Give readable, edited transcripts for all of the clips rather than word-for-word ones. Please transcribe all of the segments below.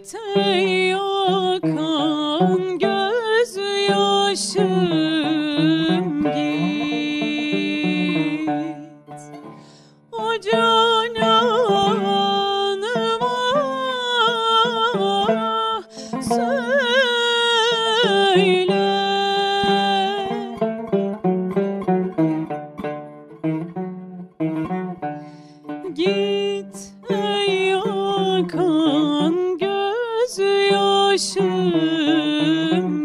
Git ey akan gözyaşım git, o cananıma söyle. Git ey akan gözyaşım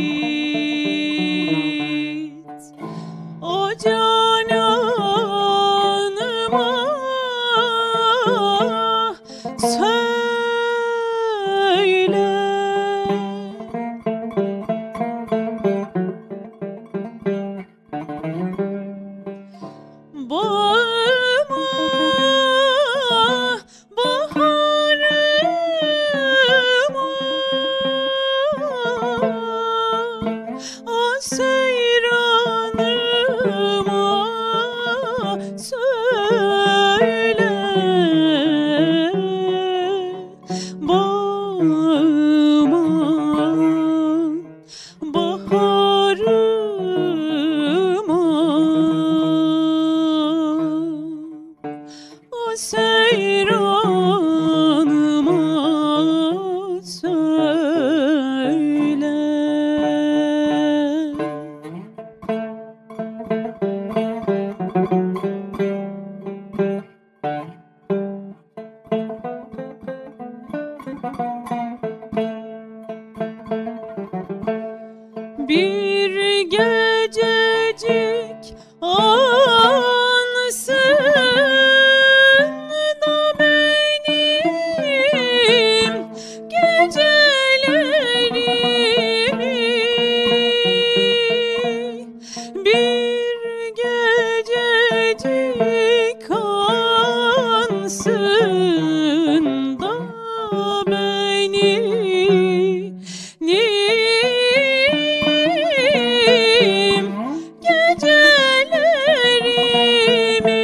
git, o cananıma söyle. Bağıma baharıma, o seyranıma söyle. Bağıma baharıma, o seyranıma söyle. Bir gececik ansın da benim gecelerimi, bir gececik ansın da benim gecelerimi.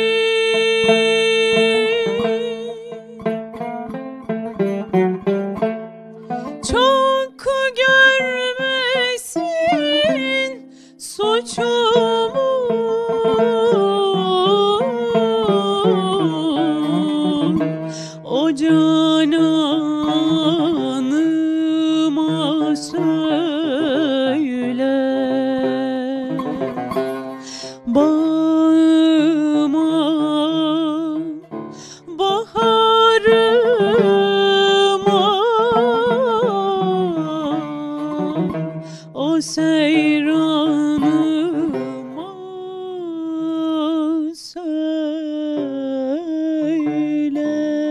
Çok görmesin suçumu, o cananıma söyle. Bağıma baharıma, o seyranıma söyle.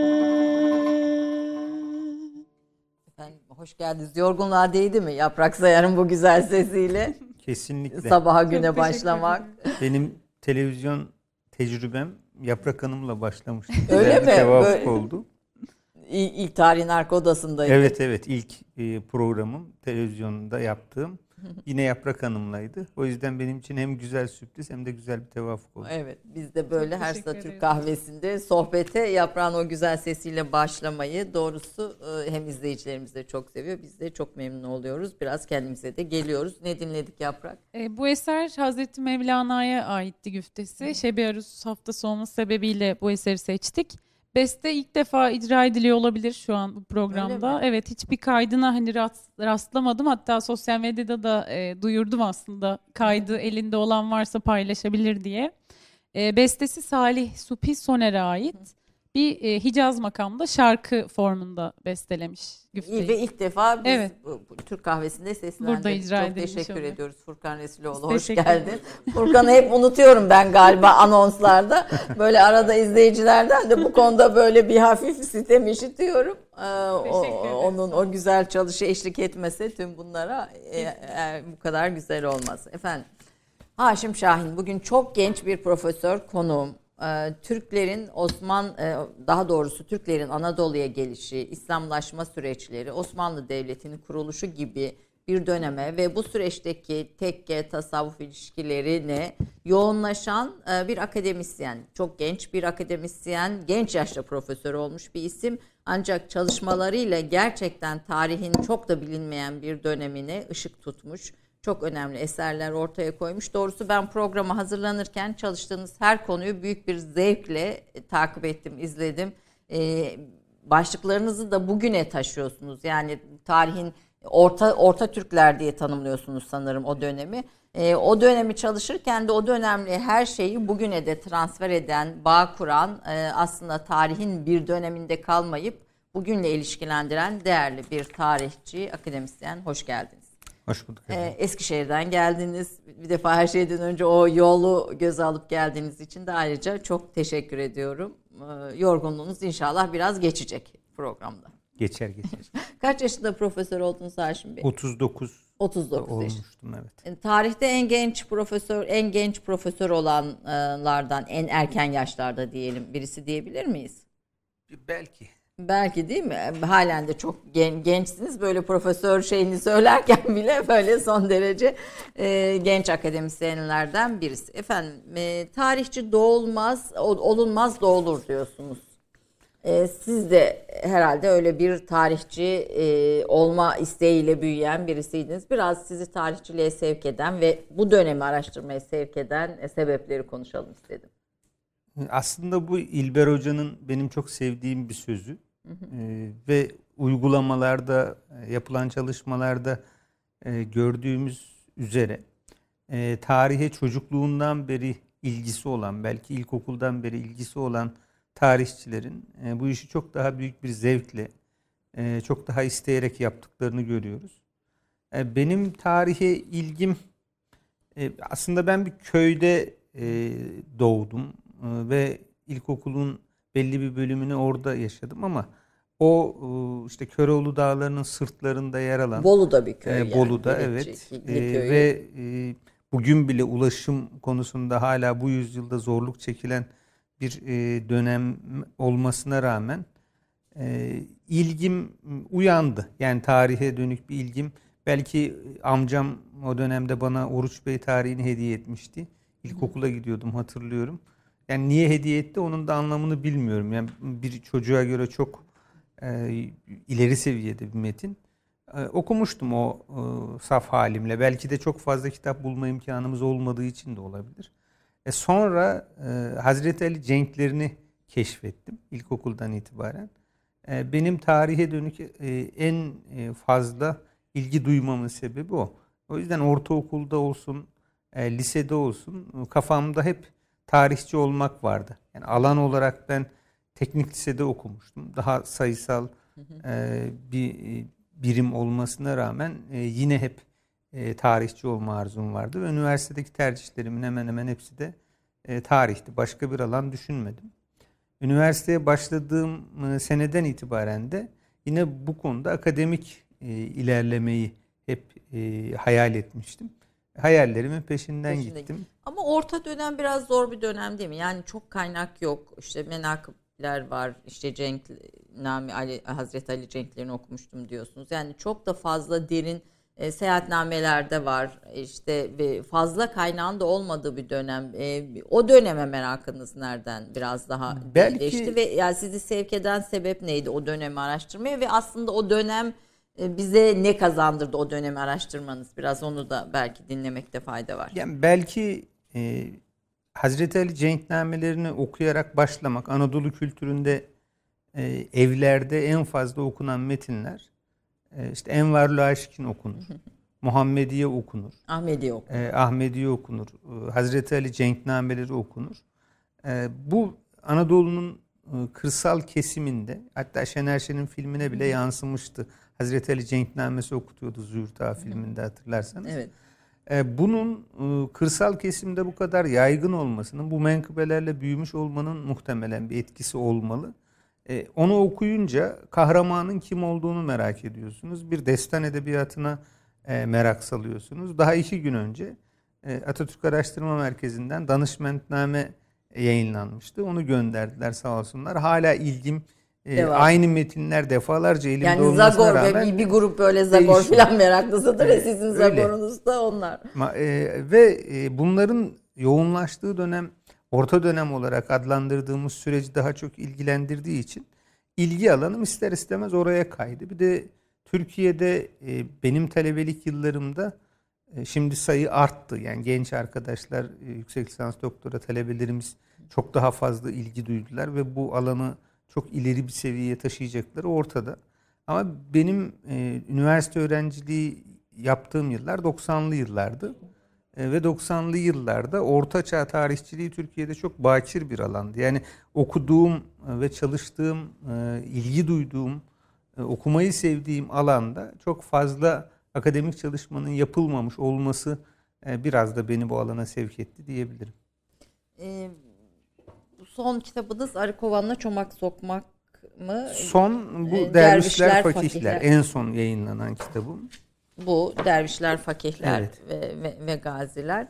Efendim, hoş geldiniz. Yorgunluğa değdi mi Yaprak Sayar'ın bu güzel sesiyle? Kesinlikle. Sabaha güne başlamak. Benim televizyon tecrübem Yaprak Hanım'la başlamıştı. Öyle mi? Tevafuk Böyle- oldu. İlk tarihin arka odasındaydı. Evet, ilk programım televizyonda yaptığım yine Yaprak Hanım'laydı. O yüzden benim için hem güzel sürpriz hem de güzel bir tevafuk oldu. Evet, biz de böyle her teşekkür Türk ederiz. kahvesinde sohbete Yaprağın o güzel sesiyle başlamayı doğrusu hem izleyicilerimiz de çok seviyor. Biz de çok memnun oluyoruz. Biraz kendimize de geliyoruz. Ne dinledik Yaprak? Bu eser Hazreti Mevlana'ya aitti güftesi. Şebi Aruz haftası olması sebebiyle bu eseri seçtik. Beste ilk defa icra ediliyor olabilir şu an bu programda. Öyle mi? Evet, hiçbir kaydına hani rastlamadım. Hatta sosyal medyada da duyurdum aslında. Kaydı elinde olan varsa paylaşabilir diye. Bestesi Salih Supi Soner'e ait. Bir Hicaz makamda şarkı formunda bestelemiş güfteyi. Ve ilk defa biz Evet. bu Türk kahvesinde seslendirdik. Burada icra Çok edilmiş teşekkür oluyor. ediyoruz Furkan Resuloğlu. Biz Hoş teşekkür geldin. ederiz. Furkan'ı hep unutuyorum ben galiba anonslarda. Böyle arada izleyicilerden de bu konuda böyle bir hafif sitem işitiyorum. Onun o güzel çalışı eşlik etmese tüm bunlara bu kadar güzel olmaz. Efendim, Haşim Şahin bugün çok genç bir profesör konuğum. Türklerin daha doğrusu Türklerin Anadolu'ya gelişi, İslamlaşma süreçleri, Osmanlı Devleti'nin kuruluşu gibi bir döneme ve bu süreçteki tekke tasavvuf ilişkilerine yoğunlaşan bir akademisyen. Çok genç bir akademisyen, genç yaşta profesör olmuş bir isim. Ancak çalışmalarıyla gerçekten tarihin çok da bilinmeyen bir dönemine ışık tutmuş. Çok önemli eserler ortaya koymuş. Doğrusu ben programa hazırlanırken çalıştığınız her konuyu büyük bir zevkle takip ettim, izledim. Başlıklarınızı da bugüne taşıyorsunuz. Yani tarihin Orta Türkler diye tanımlıyorsunuz sanırım o dönemi. O dönemi çalışırken de o dönemli her şeyi bugüne de transfer eden, bağ kuran, aslında tarihin bir döneminde kalmayıp bugünle ilişkilendiren değerli bir tarihçi, akademisyen. Hoş geldiniz. Hoş bulduk. Eskişehir'den geldiniz. Bir defa her şeyden önce o yolu göze alıp geldiğiniz için de ayrıca çok teşekkür ediyorum. Yorgunluğunuz inşallah biraz geçecek programda. Geçer. Kaç yaşında profesör oldunuz Haşim Bey? 39 olmuştum, evet. Tarihte en genç profesör olanlardan, en erken yaşlarda diyelim birisi diyebilir miyiz? Belki değil mi? Halen de çok gençsiniz. Böyle profesör şeyini söylerken bile böyle son derece genç akademisyenlerden birisi. Efendim, tarihçi doğulmaz, olunmaz doğulur diyorsunuz. Siz de herhalde öyle bir tarihçi olma isteğiyle büyüyen birisiydiniz. Biraz sizi tarihçiliğe sevk eden ve bu dönemi araştırmaya sevk eden sebepleri konuşalım istedim. Aslında bu İlber Hoca'nın benim çok sevdiğim bir sözü. Ve uygulamalarda, yapılan çalışmalarda gördüğümüz üzere tarihe çocukluğundan beri ilgisi olan, belki ilkokuldan beri ilgisi olan tarihçilerin bu işi çok daha büyük bir zevkle, çok daha isteyerek yaptıklarını görüyoruz. Benim tarihe ilgim, aslında ben bir köyde doğdum ve ilkokulun belli bir bölümünü orada yaşadım ama o işte Köroğlu Dağları'nın sırtlarında yer alan Bolu'da bir köy. Bolu'da, evet. Ve bugün bile ulaşım konusunda hala bu yüzyılda zorluk çekilen bir dönem olmasına rağmen ilgim uyandı. Yani tarihe dönük bir ilgim. Belki amcam o dönemde bana Oruç Bey tarihini hediye etmişti. İlkokula gidiyordum, hatırlıyorum. Yani niye hediye etti onun da anlamını bilmiyorum. Yani bir çocuğa göre çok ileri seviyede bir metin. Okumuştum o saf halimle. Belki de çok fazla kitap bulma imkanımız olmadığı için de olabilir. Sonra Hazreti Ali cenklerini keşfettim ilkokuldan itibaren. Benim tarihe dönük en fazla ilgi duymamın sebebi o. O yüzden ortaokulda olsun, lisede olsun kafamda hep tarihçi olmak vardı. Yani alan olarak ben teknik lisede okumuştum. Daha sayısal bir birim olmasına rağmen yine hep tarihçi olma arzum vardı. Ve üniversitedeki tercihlerimin hemen hemen hepsi de tarihti. Başka bir alan düşünmedim. Üniversiteye başladığım seneden itibaren de yine bu konuda akademik ilerlemeyi hep hayal etmiştim. Hayallerimin peşinden gittim. Ama orta dönem biraz zor bir dönem değil mi? Yani çok kaynak yok. İşte menakıpler var. İşte Hazreti Ali Cenklerini okumuştum diyorsunuz. Yani çok da fazla derin seyahatnamelerde var. İşte fazla kaynağın da olmadığı bir dönem. O döneme merakınız nereden biraz daha geçti ve yani sizi sevk eden sebep neydi o dönemi araştırmaya ve aslında o dönem bize ne kazandırdı o dönemi araştırmanız? Biraz onu da belki dinlemekte fayda var. Yani belki Hazreti Ali cenknamelerini okuyarak başlamak, Anadolu kültüründe evlerde en fazla okunan metinler, işte Envarul Aşikin okunur, Muhammediye okunur, Ahmediye okunur, Hazreti Ali cenknameleri okunur. Bu Anadolu'nun kırsal kesiminde, hatta Şener Şen'in filmine bile yansımıştı. Hazreti Ali cenknamesi okutuyordu Züğürt Ağa filminde, hatırlarsanız. Evet. Bunun kırsal kesimde bu kadar yaygın olmasının, bu menkıbelerle büyümüş olmanın muhtemelen bir etkisi olmalı. Onu okuyunca kahramanın kim olduğunu merak ediyorsunuz. Bir destan edebiyatına merak salıyorsunuz. Daha 2 gün önce Atatürk Araştırma Merkezi'nden danışmentname yayınlanmıştı. Onu gönderdiler sağ olsunlar. Hala ilgim Aynı metinler defalarca elimde yani olmasına Zagor rağmen ve bir grup böyle Zagor falan meraklısıdır. Sizin Zagor'unuz da onlar. Ve bunların yoğunlaştığı dönem orta dönem olarak adlandırdığımız süreci daha çok ilgilendirdiği için ilgi alanım ister istemez oraya kaydı. Bir de Türkiye'de benim talebelik yıllarımda şimdi sayı arttı. Yani genç arkadaşlar, yüksek lisans doktora talebelerimiz çok daha fazla ilgi duydular ve bu alanı çok ileri bir seviyeye taşıyacakları ortada. Ama benim üniversite öğrenciliği yaptığım yıllar 90'lı yıllardı. Ve 90'lı yıllarda Orta Çağ tarihçiliği Türkiye'de çok bakir bir alandı. Yani okuduğum ve çalıştığım, ilgi duyduğum, okumayı sevdiğim alanda çok fazla akademik çalışmanın yapılmamış olması biraz da beni bu alana sevk etti diyebilirim. Son kitabınız Arı Kovan'la Çomak Sokmak mı? Son bu Dervişler Fakihler. En son yayınlanan kitabım. Bu Dervişler, Fakihler, evet. ve Gaziler.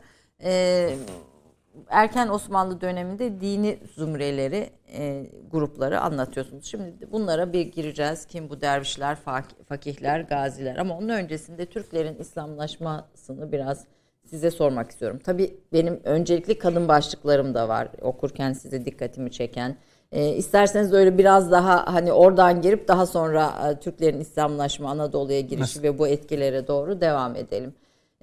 Erken Osmanlı döneminde dini zümreleri, grupları anlatıyorsunuz. Şimdi bunlara bir gireceğiz. Kim bu dervişler, fakihler, gaziler? Ama onun öncesinde Türklerin İslamlaşmasını biraz size sormak istiyorum. Tabii benim öncelikli kadın başlıklarım da var. Okurken size dikkatimi çeken. İsterseniz öyle biraz daha hani oradan girip daha sonra Türklerin İslamlaşma, Anadolu'ya girişi ve bu etkilere doğru devam edelim.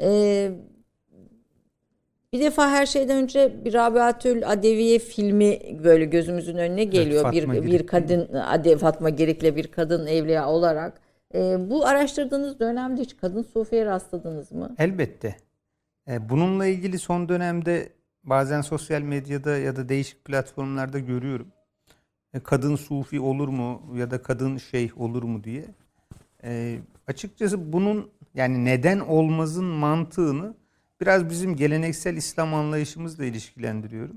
Bir defa her şeyden önce bir Rabiatül Adeviye filmi böyle gözümüzün önüne geliyor. Evet, bir kadın, Fatma Girik'le bir kadın evliya olarak. Bu araştırdığınız dönemde hiç kadın sufiye rastladınız mı? Elbette. Bununla ilgili son dönemde bazen sosyal medyada ya da değişik platformlarda görüyorum. Kadın sufi olur mu ya da kadın şeyh olur mu diye. Açıkçası bunun yani neden olmazın mantığını biraz bizim geleneksel İslam anlayışımızla ilişkilendiriyorum.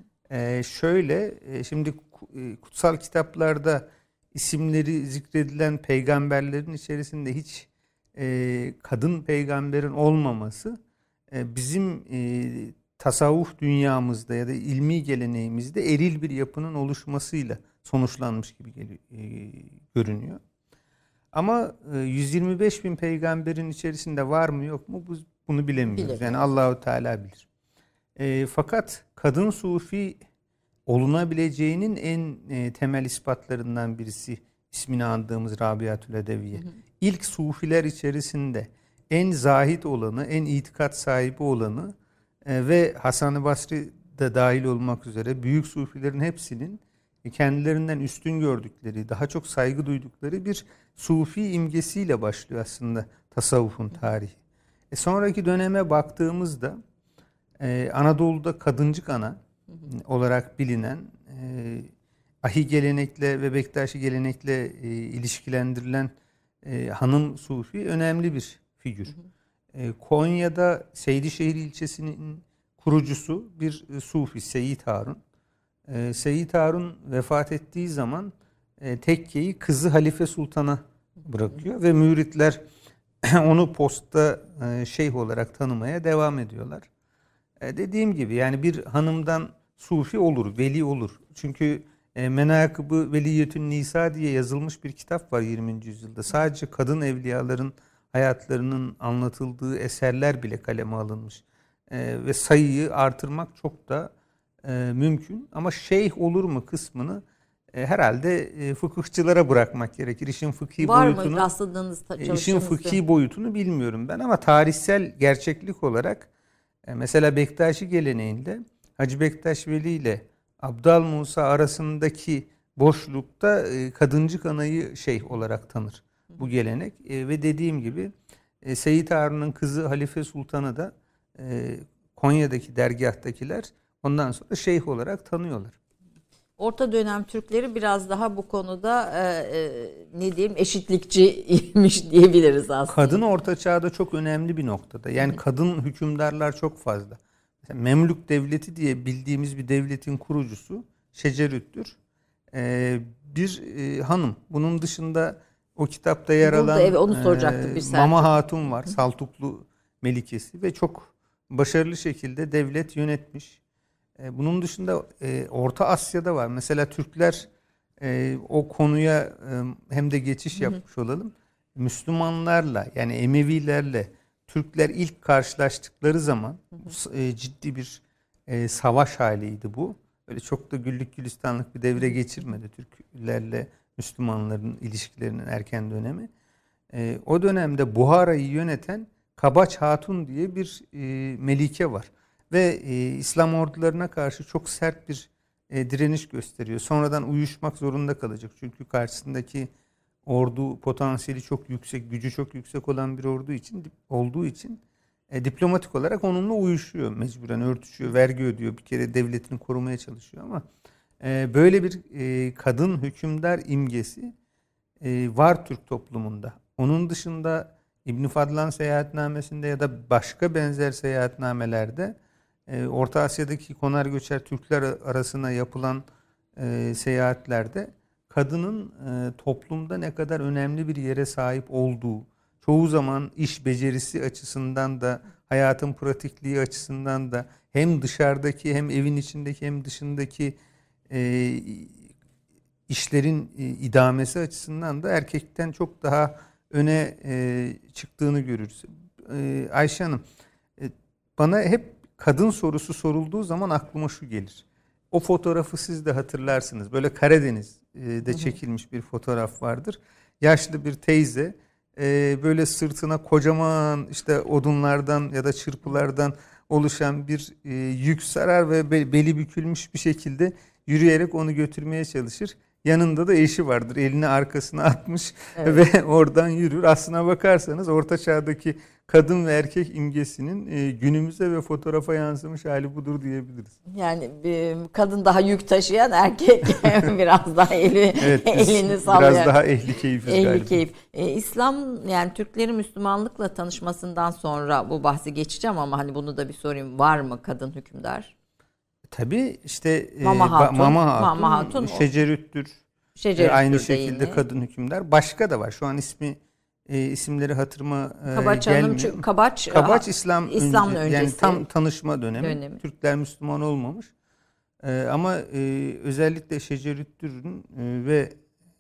Şimdi kutsal kitaplarda isimleri zikredilen peygamberlerin içerisinde hiç kadın peygamberin olmaması bizim tasavvuf dünyamızda ya da ilmi geleneğimizde eril bir yapının oluşmasıyla sonuçlanmış gibi görünüyor. Ama 125 bin peygamberin içerisinde var mı yok mu bunu bilemiyoruz. Yani Allahu Teala bilir. Fakat kadın sufi olunabileceğinin en temel ispatlarından birisi ismini andığımız Rabiatül Adeviye. İlk sufiler içerisinde en zahid olanı, en itikat sahibi olanı ve Hasan-ı Basri de dahil olmak üzere büyük sufilerin hepsinin kendilerinden üstün gördükleri, daha çok saygı duydukları bir sufi imgesiyle başlıyor aslında tasavvufun tarihi. Sonraki döneme baktığımızda Anadolu'da kadıncık ana olarak bilinen Ahi gelenekle ve Bektaşi gelenekle ilişkilendirilen hanım sufi önemli bir figür. Konya'da Seydişehir ilçesinin kurucusu bir sufi Seyyid Harun. Seyyid Harun vefat ettiği zaman tekkeyi kızı Halife Sultan'a bırakıyor ve müritler onu posta şeyh olarak tanımaya devam ediyorlar. Dediğim gibi yani bir hanımdan sufi olur, veli olur. Çünkü Menakıb-ı Veliyetün Nisa diye yazılmış bir kitap var 20. yüzyılda. Sadece kadın evliyaların hayatlarının anlatıldığı eserler bile kaleme alınmış. Ve sayıyı artırmak çok da mümkün. Ama şeyh olur mu kısmını herhalde fıkıhçılara bırakmak gerekir. İşin fıkhi boyutunu, boyutunu bilmiyorum ben ama tarihsel gerçeklik olarak mesela Bektaşi geleneğinde Hacı Bektaş Veli ile Abdal Musa arasındaki boşlukta kadıncık anayı şeyh olarak tanır bu gelenek. Ve dediğim gibi Seyyid Harun'un kızı Halife Sultan'ı da Konya'daki dergahtakiler ondan sonra şeyh olarak tanıyorlar. Orta dönem Türkleri biraz daha bu konuda ne diyeyim eşitlikçiymiş diyebiliriz aslında. Kadın Orta Çağ'da çok önemli bir noktada. Yani kadın hükümdarlar çok fazla. Mesela Memlük Devleti diye bildiğimiz bir devletin kurucusu Şecerüt'tür. Bir hanım. Bunun dışında o kitapta yer alan onu soracaktım bir Mama Hatun var. Saltuklu Melikesi ve çok başarılı şekilde devlet yönetmiş. Bunun dışında Orta Asya'da var. Mesela Türkler O konuya hem de geçiş yapmış olalım. Müslümanlarla yani Emevilerle Türkler ilk karşılaştıkları zaman ciddi bir savaş haliydi bu. Öyle çok da güllük gülistanlık bir devre geçirmedi Türklerle Müslümanların ilişkilerinin erken dönemi. O dönemde Buhara'yı yöneten Kabaç Hatun diye bir melike var. Ve İslam ordularına karşı çok sert bir direniş gösteriyor. Sonradan uyuşmak zorunda kalacak. Çünkü karşısındaki ordu potansiyeli çok yüksek, gücü çok yüksek olan bir ordu olduğu için diplomatik olarak onunla uyuşuyor. Mecburen örtüşüyor, vergi ödüyor. Bir kere devletini korumaya çalışıyor ama böyle bir kadın hükümdar imgesi var Türk toplumunda. Onun dışında İbn Fadlan seyahatnamesinde ya da başka benzer seyahatnamelerde Orta Asya'daki konar göçer Türkler arasına yapılan seyahatlerde kadının toplumda ne kadar önemli bir yere sahip olduğu, çoğu zaman iş becerisi açısından da, hayatın pratikliği açısından da hem dışarıdaki hem evin içindeki hem dışındaki işlerin idamesi açısından da erkekten çok daha öne çıktığını görürüz. Ayşe Hanım, bana hep kadın sorusu sorulduğu zaman aklıma şu gelir. O fotoğrafı siz de hatırlarsınız. Böyle Karadeniz'de çekilmiş bir fotoğraf vardır. Yaşlı bir teyze böyle sırtına kocaman işte odunlardan ya da çırpılardan oluşan bir yük sarar ve beli bükülmüş bir şekilde yürüyerek onu götürmeye çalışır. Yanında da eşi vardır. Elini arkasına atmış ve oradan yürür. Aslına bakarsanız Orta Çağ'daki kadın ve erkek imgesinin günümüze ve fotoğrafa yansımış hali budur diyebiliriz. Yani kadın daha yük taşıyan, erkek biraz daha elini sallayan. Biraz daha ehli keyfiz galiba. Ehli keyif. İslam yani Türklerin Müslümanlıkla tanışmasından sonra bu bahsi geçeceğim ama hani bunu da bir sorayım. Var mı kadın hükümdar? Tabii işte Mama Hatun Şecerüttür. Aynı şekilde yine. Kadın hükümdar. Başka da var. Şu an isimleri hatırıma gelmiyor. Kabaç İslam'la öncesi. Yani tam tanışma dönemi. Türkler Müslüman olmamış. Ama özellikle Şecerüttür'ün ve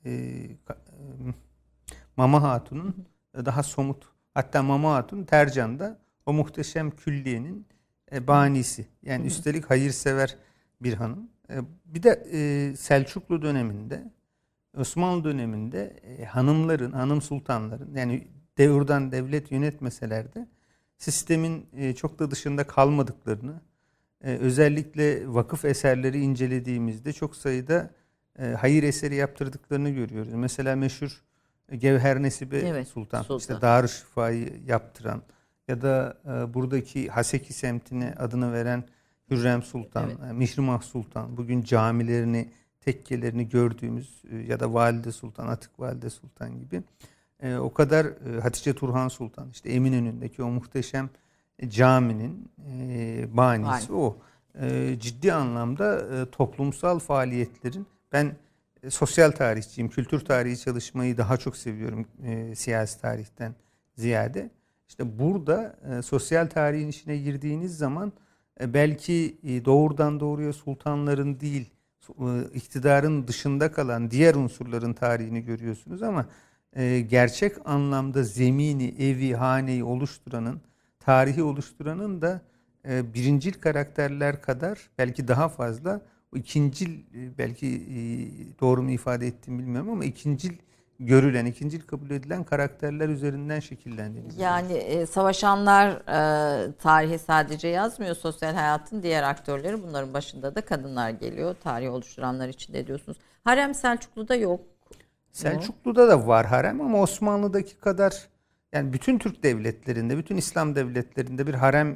Mama Hatun'un daha somut. Hatta Mama Hatun Tercan'da o muhteşem külliyenin banisi. Yani üstelik hayırsever bir hanım. Bir de Selçuklu döneminde, Osmanlı döneminde hanım sultanların yani devirden devlet yönetmeseler de sistemin çok da dışında kalmadıklarını, özellikle vakıf eserleri incelediğimizde çok sayıda hayır eseri yaptırdıklarını görüyoruz. Mesela meşhur Gevher Nesibe Sultan, işte Darüşşifa'yı yaptıran ya da buradaki Haseki semtine adını veren Hürrem Sultan, Mihrimah Sultan, bugün camilerini, tekkelerini gördüğümüz ya da Valide Sultan, Atık Valide Sultan gibi o kadar Hatice Turhan Sultan, işte Eminönü'ndeki o muhteşem caminin banisi o. Ciddi anlamda toplumsal faaliyetlerin, ben sosyal tarihçiyim, kültür tarihi çalışmayı daha çok seviyorum siyasi tarihten ziyade. İşte burada sosyal tarihin içine girdiğiniz zaman belki doğrudan doğruya sultanların değil, iktidarın dışında kalan diğer unsurların tarihini görüyorsunuz ama gerçek anlamda zemini, evi, haneyi oluşturanın, tarihi oluşturanın da birincil karakterler kadar belki daha fazla, o ikincil, belki doğru mu ifade ettiğimi bilmiyorum ama ikincil görülen, ikincil kabul edilen karakterler üzerinden şekillendiriyor. Yani savaşanlar tarihi sadece yazmıyor, sosyal hayatın diğer aktörleri, bunların başında da kadınlar geliyor. Tarihi oluşturanlar içinde diyorsunuz. Harem Selçuklu'da yok. Selçuklu'da da var harem ama Osmanlı'daki kadar, yani bütün Türk devletlerinde, bütün İslam devletlerinde bir harem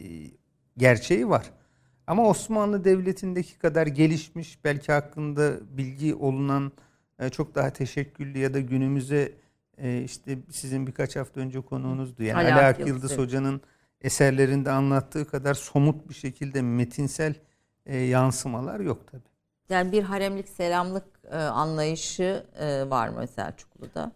gerçeği var. Ama Osmanlı Devleti'ndeki kadar gelişmiş, belki hakkında bilgi olunan, çok daha teşekküllü ya da günümüze işte sizin birkaç hafta önce konuğunuzdu. Yani Ali Ak Yıldız Hoca'nın eserlerinde anlattığı kadar somut bir şekilde metinsel yansımalar yok tabii. Yani bir haremlik, selamlık anlayışı var mı Selçuklu'da?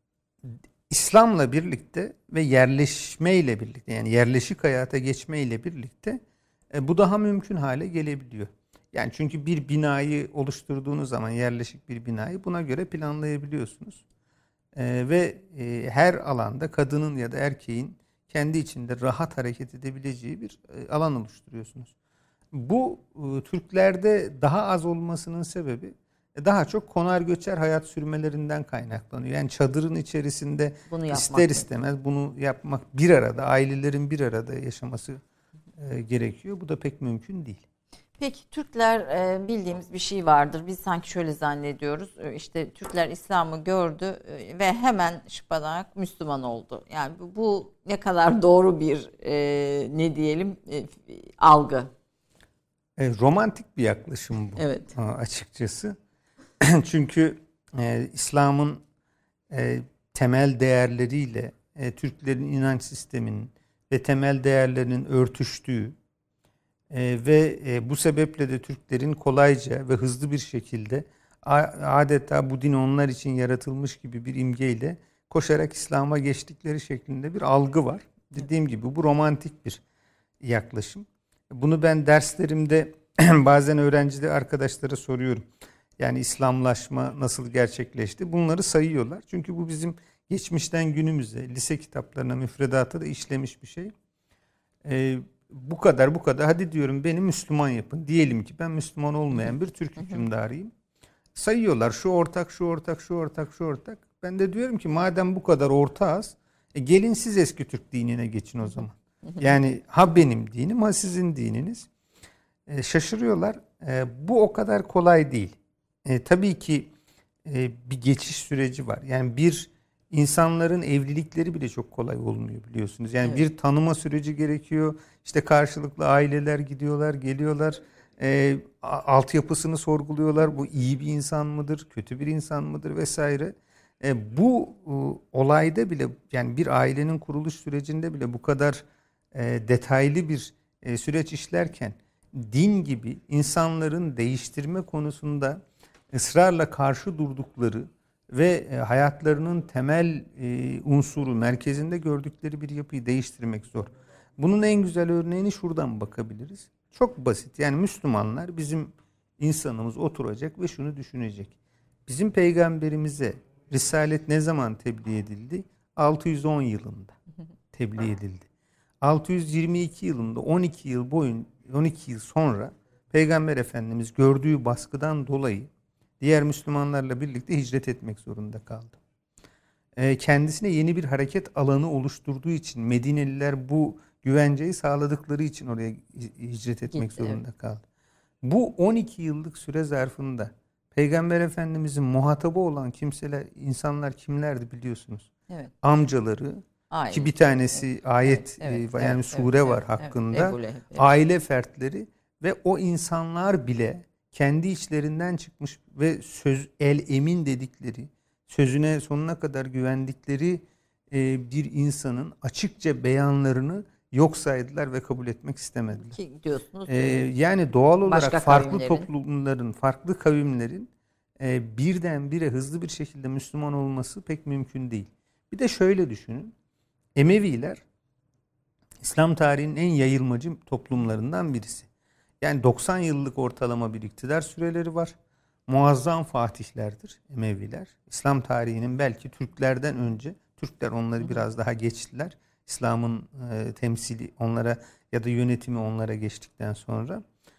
İslam'la birlikte ve yerleşmeyle birlikte, yani yerleşik hayata geçmeyle birlikte bu daha mümkün hale gelebiliyor. Yani çünkü bir binayı oluşturduğunuz zaman, yerleşik bir binayı buna göre planlayabiliyorsunuz. Ve her alanda kadının ya da erkeğin kendi içinde rahat hareket edebileceği bir alan oluşturuyorsunuz. Bu Türklerde daha az olmasının sebebi daha çok konar göçer hayat sürmelerinden kaynaklanıyor. Yani çadırın içerisinde ister istemez bunu yapmak, bir arada, ailelerin bir arada yaşaması gerekiyor. Bu da pek mümkün değil. Peki Türkler, bildiğimiz bir şey vardır. Biz sanki şöyle zannediyoruz. İşte Türkler İslam'ı gördü ve hemen şıpadanak Müslüman oldu. Yani bu ne kadar doğru bir ne diyelim algı. Romantik bir yaklaşım bu. Evet. Açıkçası. Çünkü İslam'ın temel değerleriyle Türklerin inanç sisteminin ve temel değerlerinin örtüştüğü ve bu sebeple de Türklerin kolayca ve hızlı bir şekilde adeta bu din onlar için yaratılmış gibi bir imgeyle koşarak İslam'a geçtikleri şeklinde bir algı var. Dediğim gibi bu romantik bir yaklaşım. Bunu ben derslerimde bazen öğrenciler arkadaşlara soruyorum. Yani İslamlaşma nasıl gerçekleşti? Bunları sayıyorlar. Çünkü bu bizim geçmişten günümüze, lise kitaplarına, müfredata da işlemiş bir şey. Bu kadar. Hadi diyorum beni Müslüman yapın. Diyelim ki ben Müslüman olmayan bir Türk hükümdarıyım. Sayıyorlar şu ortak. Ben de diyorum ki madem bu kadar ortağız, gelin siz eski Türk dinine geçin o zaman. Yani ha benim dinim ha sizin dininiz. Şaşırıyorlar. Bu o kadar kolay değil. Tabii ki bir geçiş süreci var. Yani insanların evlilikleri bile çok kolay olmuyor biliyorsunuz. Yani bir tanıma süreci gerekiyor. İşte karşılıklı aileler gidiyorlar, geliyorlar. Altyapısını sorguluyorlar. Bu iyi bir insan mıdır, kötü bir insan mıdır vesaire. Bu olayda bile, yani bir ailenin kuruluş sürecinde bile bu kadar detaylı bir süreç işlerken din gibi insanların değiştirme konusunda ısrarla karşı durdukları ve hayatlarının temel unsuru, merkezinde gördükleri bir yapıyı değiştirmek zor. Bunun en güzel örneğini şuradan bakabiliriz. Çok basit. Yani Müslümanlar, bizim insanımız oturacak ve şunu düşünecek. Bizim peygamberimize Risalet ne zaman tebliğ edildi? 610 yılında tebliğ edildi. 622 yılında 12 yıl sonra Peygamber Efendimiz gördüğü baskıdan dolayı diğer Müslümanlarla birlikte hicret etmek zorunda kaldı. Kendisine yeni bir hareket alanı oluşturduğu için, Medineliler bu güvenceyi sağladıkları için oraya hicret etmek zorunda kaldı. Bu 12 yıllık süre zarfında Peygamber Efendimizin muhatabı olan insanlar kimlerdi biliyorsunuz? Evet. Amcaları, ki bir tanesi ayet yani sure var hakkında. Aile fertleri ve o insanlar bile kendi içlerinden çıkmış ve emin dedikleri, sözüne sonuna kadar güvendikleri bir insanın açıkça beyanlarını yok saydılar ve kabul etmek istemediler. Ki diyorsunuz. Yani doğal olarak farklı toplumların, farklı kavimlerin birdenbire hızlı bir şekilde Müslüman olması pek mümkün değil. Bir de şöyle düşünün. Emeviler İslam tarihinin en yayılmacı toplumlarından birisi. Yani 90 yıllık ortalama bir iktidar süreleri var. Muazzam fatihlerdir Emeviler. İslam tarihinin belki Türklerden önce, Türkler onları biraz daha geçtiler. İslam'ın temsili onlara ya da yönetimi onlara geçtikten sonra.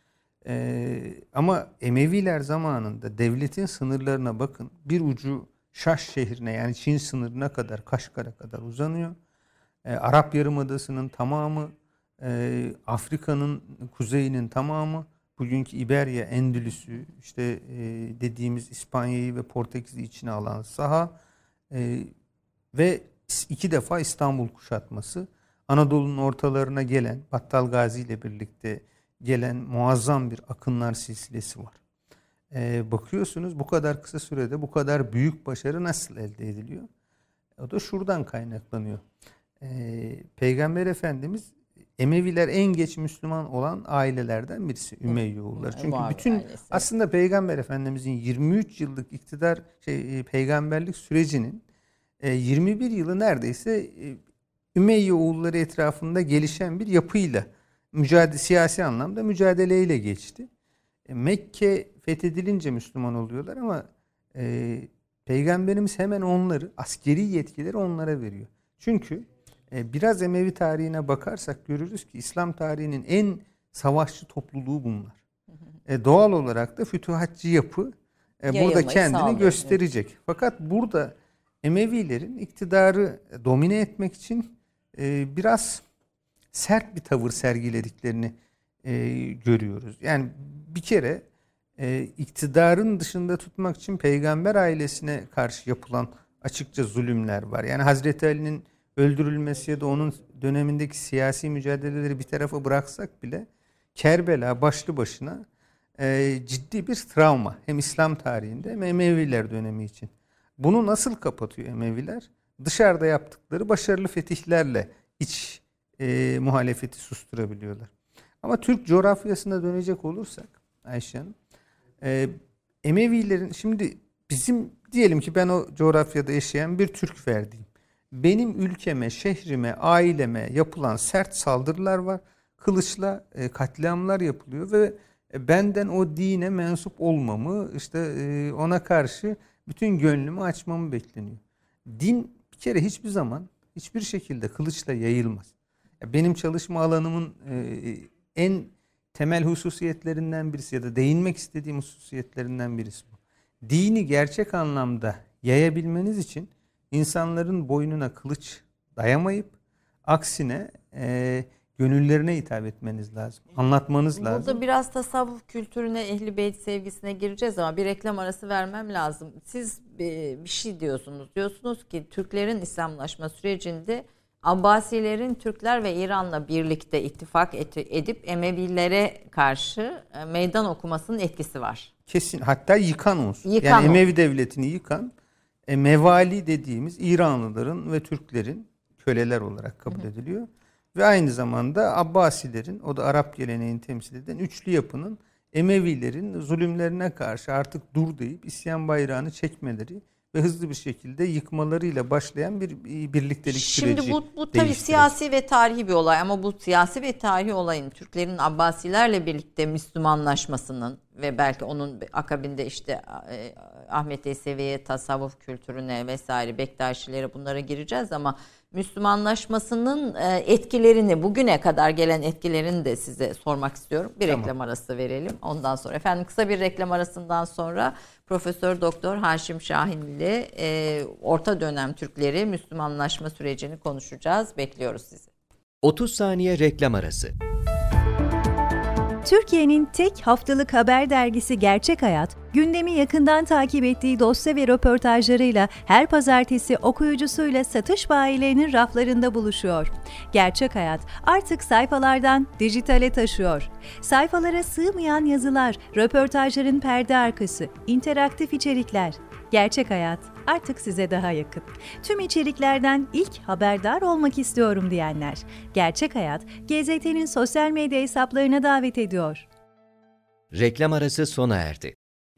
Ama Emeviler zamanında devletin sınırlarına bakın. Bir ucu Şaş şehrine, yani Çin sınırına kadar, Kaşgar'a kadar uzanıyor. Arap Yarımadası'nın tamamı, Afrika'nın kuzeyinin tamamı, bugünkü İberya, Endülüs'ü, işte dediğimiz İspanya'yı ve Portekiz'i içine alan saha ve 2 defa İstanbul kuşatması, Anadolu'nun ortalarına gelen, Battal Gazi ile birlikte gelen muazzam bir akınlar silsilesi var. Bakıyorsunuz bu kadar kısa sürede bu kadar büyük başarı nasıl elde ediliyor? O da şuradan kaynaklanıyor. Peygamber Efendimiz, Emeviler en geç Müslüman olan ailelerden birisi, Ümeyyoğulları. Çünkü bütün aslında Peygamber Efendimizin 23 yıllık iktidar peygamberlik sürecinin 21 yılı neredeyse Ümeyyoğulları etrafında gelişen bir yapıyla siyasi anlamda mücadeleyle geçti. Mekke fethedilince Müslüman oluyorlar ama Peygamberimiz hemen onları, askeri yetkileri onlara veriyor. Çünkü biraz Emevi tarihine bakarsak görürüz ki İslam tarihinin en savaşçı topluluğu bunlar. Doğal olarak da fütuhatçı yapı burada kendini gösterecek. Fakat burada Emevilerin iktidarı domine etmek için biraz sert bir tavır sergilediklerini görüyoruz. Yani bir kere iktidarın dışında tutmak için peygamber ailesine karşı yapılan açıkça zulümler var. Yani Hazreti Ali'nin öldürülmesi ya da onun dönemindeki siyasi mücadeleleri bir tarafa bıraksak bile Kerbela başlı başına ciddi bir travma. Hem İslam tarihinde hem Emeviler dönemi için. Bunu nasıl kapatıyor Emeviler? Dışarıda yaptıkları başarılı fetihlerle iç muhalefeti susturabiliyorlar. Ama Türk coğrafyasına dönecek olursak Ayşe Hanım, Emevilerin, şimdi bizim diyelim ki ben o coğrafyada yaşayan bir Türk ferdiyim. Benim ülkeme, şehrime, aileme yapılan sert saldırılar var. Kılıçla katliamlar yapılıyor ve benden o dine mensup olmamı, ona karşı bütün gönlümü açmamı bekleniyor. Din bir kere hiçbir zaman, hiçbir şekilde kılıçla yayılmaz. Benim çalışma alanımın en temel hususiyetlerinden birisi ya da değinmek istediğim hususiyetlerinden birisi bu. Dini gerçek anlamda yayabilmeniz için insanların boynuna kılıç dayamayıp aksine gönüllerine hitap etmeniz lazım. Anlatmanız lazım. Burada biraz tasavvuf kültürüne, Ehl-i Beyt sevgisine gireceğiz ama bir reklam arası vermem lazım. Siz bir şey diyorsunuz. Diyorsunuz ki Türklerin İslamlaşma sürecinde Abbasilerin Türkler ve İran'la birlikte ittifak edip Emevilere karşı meydan okumasının etkisi var. Kesin. Hatta yıkan unsur. Yani Emevi devletini yıkan mevali dediğimiz İranlıların ve Türklerin köleler olarak kabul ediliyor. Ve aynı zamanda Abbasilerin, o da Arap geleneğini temsil eden üçlü yapının Emevilerin zulümlerine karşı artık dur deyip isyan bayrağını çekmeleri ve hızlı bir şekilde yıkmalarıyla başlayan bir birliktelik süreci. Şimdi bu tabii siyasi ve tarihi bir olay ama bu siyasi ve tarihi olayın Türklerin Abbasilerle birlikte Müslümanlaşmasının ve belki onun akabinde Ahmet Yesevi'ye, tasavvuf kültürüne vesaire Bektaşilere bunlara gireceğiz ama Müslümanlaşmasının etkilerini, bugüne kadar gelen etkilerini de size sormak istiyorum. Bir reklam arası verelim. Ondan sonra efendim kısa bir reklam arasından sonra Profesör Doktor Haşim Şahin ile orta dönem Türkleri Müslümanlaşma sürecini konuşacağız. Bekliyoruz sizi. 30 saniye reklam arası. Türkiye'nin tek haftalık haber dergisi Gerçek Hayat, gündemi yakından takip ettiği dosya ve röportajlarıyla her pazartesi okuyucusuyla satış bayilerinin raflarında buluşuyor. Gerçek Hayat artık sayfalardan dijitale taşıyor. Sayfalara sığmayan yazılar, röportajların perde arkası, interaktif içerikler. Gerçek Hayat artık size daha yakın. Tüm içeriklerden ilk haberdar olmak istiyorum diyenler. Gerçek Hayat, GZT'nin sosyal medya hesaplarına davet ediyor. Reklam arası sona erdi.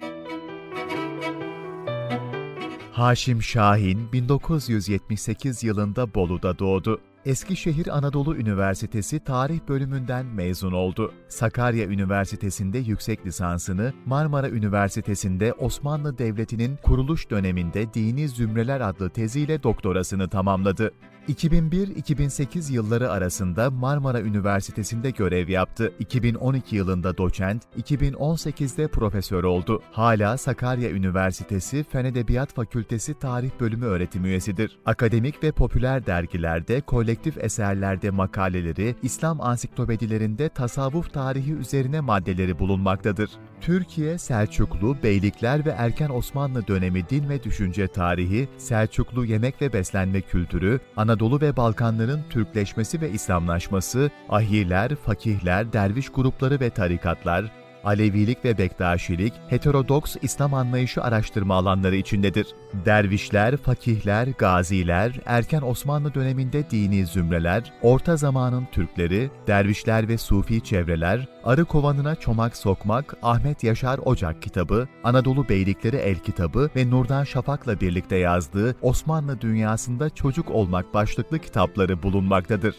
Haşim Şahin 1978 yılında Bolu'da doğdu. Eskişehir Anadolu Üniversitesi Tarih Bölümünden mezun oldu. Sakarya Üniversitesi'nde yüksek lisansını, Marmara Üniversitesi'nde Osmanlı Devleti'nin kuruluş döneminde Dini Zümreler adlı teziyle doktorasını tamamladı. 2001-2008 yılları arasında Marmara Üniversitesi'nde görev yaptı. 2012 yılında doçent, 2018'de profesör oldu. Hala Sakarya Üniversitesi Fen Edebiyat Fakültesi Tarih Bölümü öğretim üyesidir. Akademik ve popüler dergilerde, kolektif eserlerde makaleleri, İslam ansiklopedilerinde tasavvuf tarihi üzerine maddeleri bulunmaktadır. Türkiye, Selçuklu, Beylikler ve Erken Osmanlı dönemi din ve düşünce tarihi, Selçuklu yemek ve beslenme kültürü, Anadolu ve Balkanların Türkleşmesi ve İslamlaşması, ahirler, fakihler, derviş grupları ve tarikatlar, Alevilik ve Bektaşilik, heterodoks İslam anlayışı araştırma alanları içindedir. Dervişler, fakihler, gaziler, erken Osmanlı döneminde dini zümreler, orta zamanın Türkleri, dervişler ve sufi çevreler, Arı Kovanına Çomak Sokmak, Ahmet Yaşar Ocak kitabı, Anadolu Beylikleri El kitabı ve Nurdan Şafak'la birlikte yazdığı Osmanlı Dünyasında Çocuk Olmak başlıklı kitapları bulunmaktadır.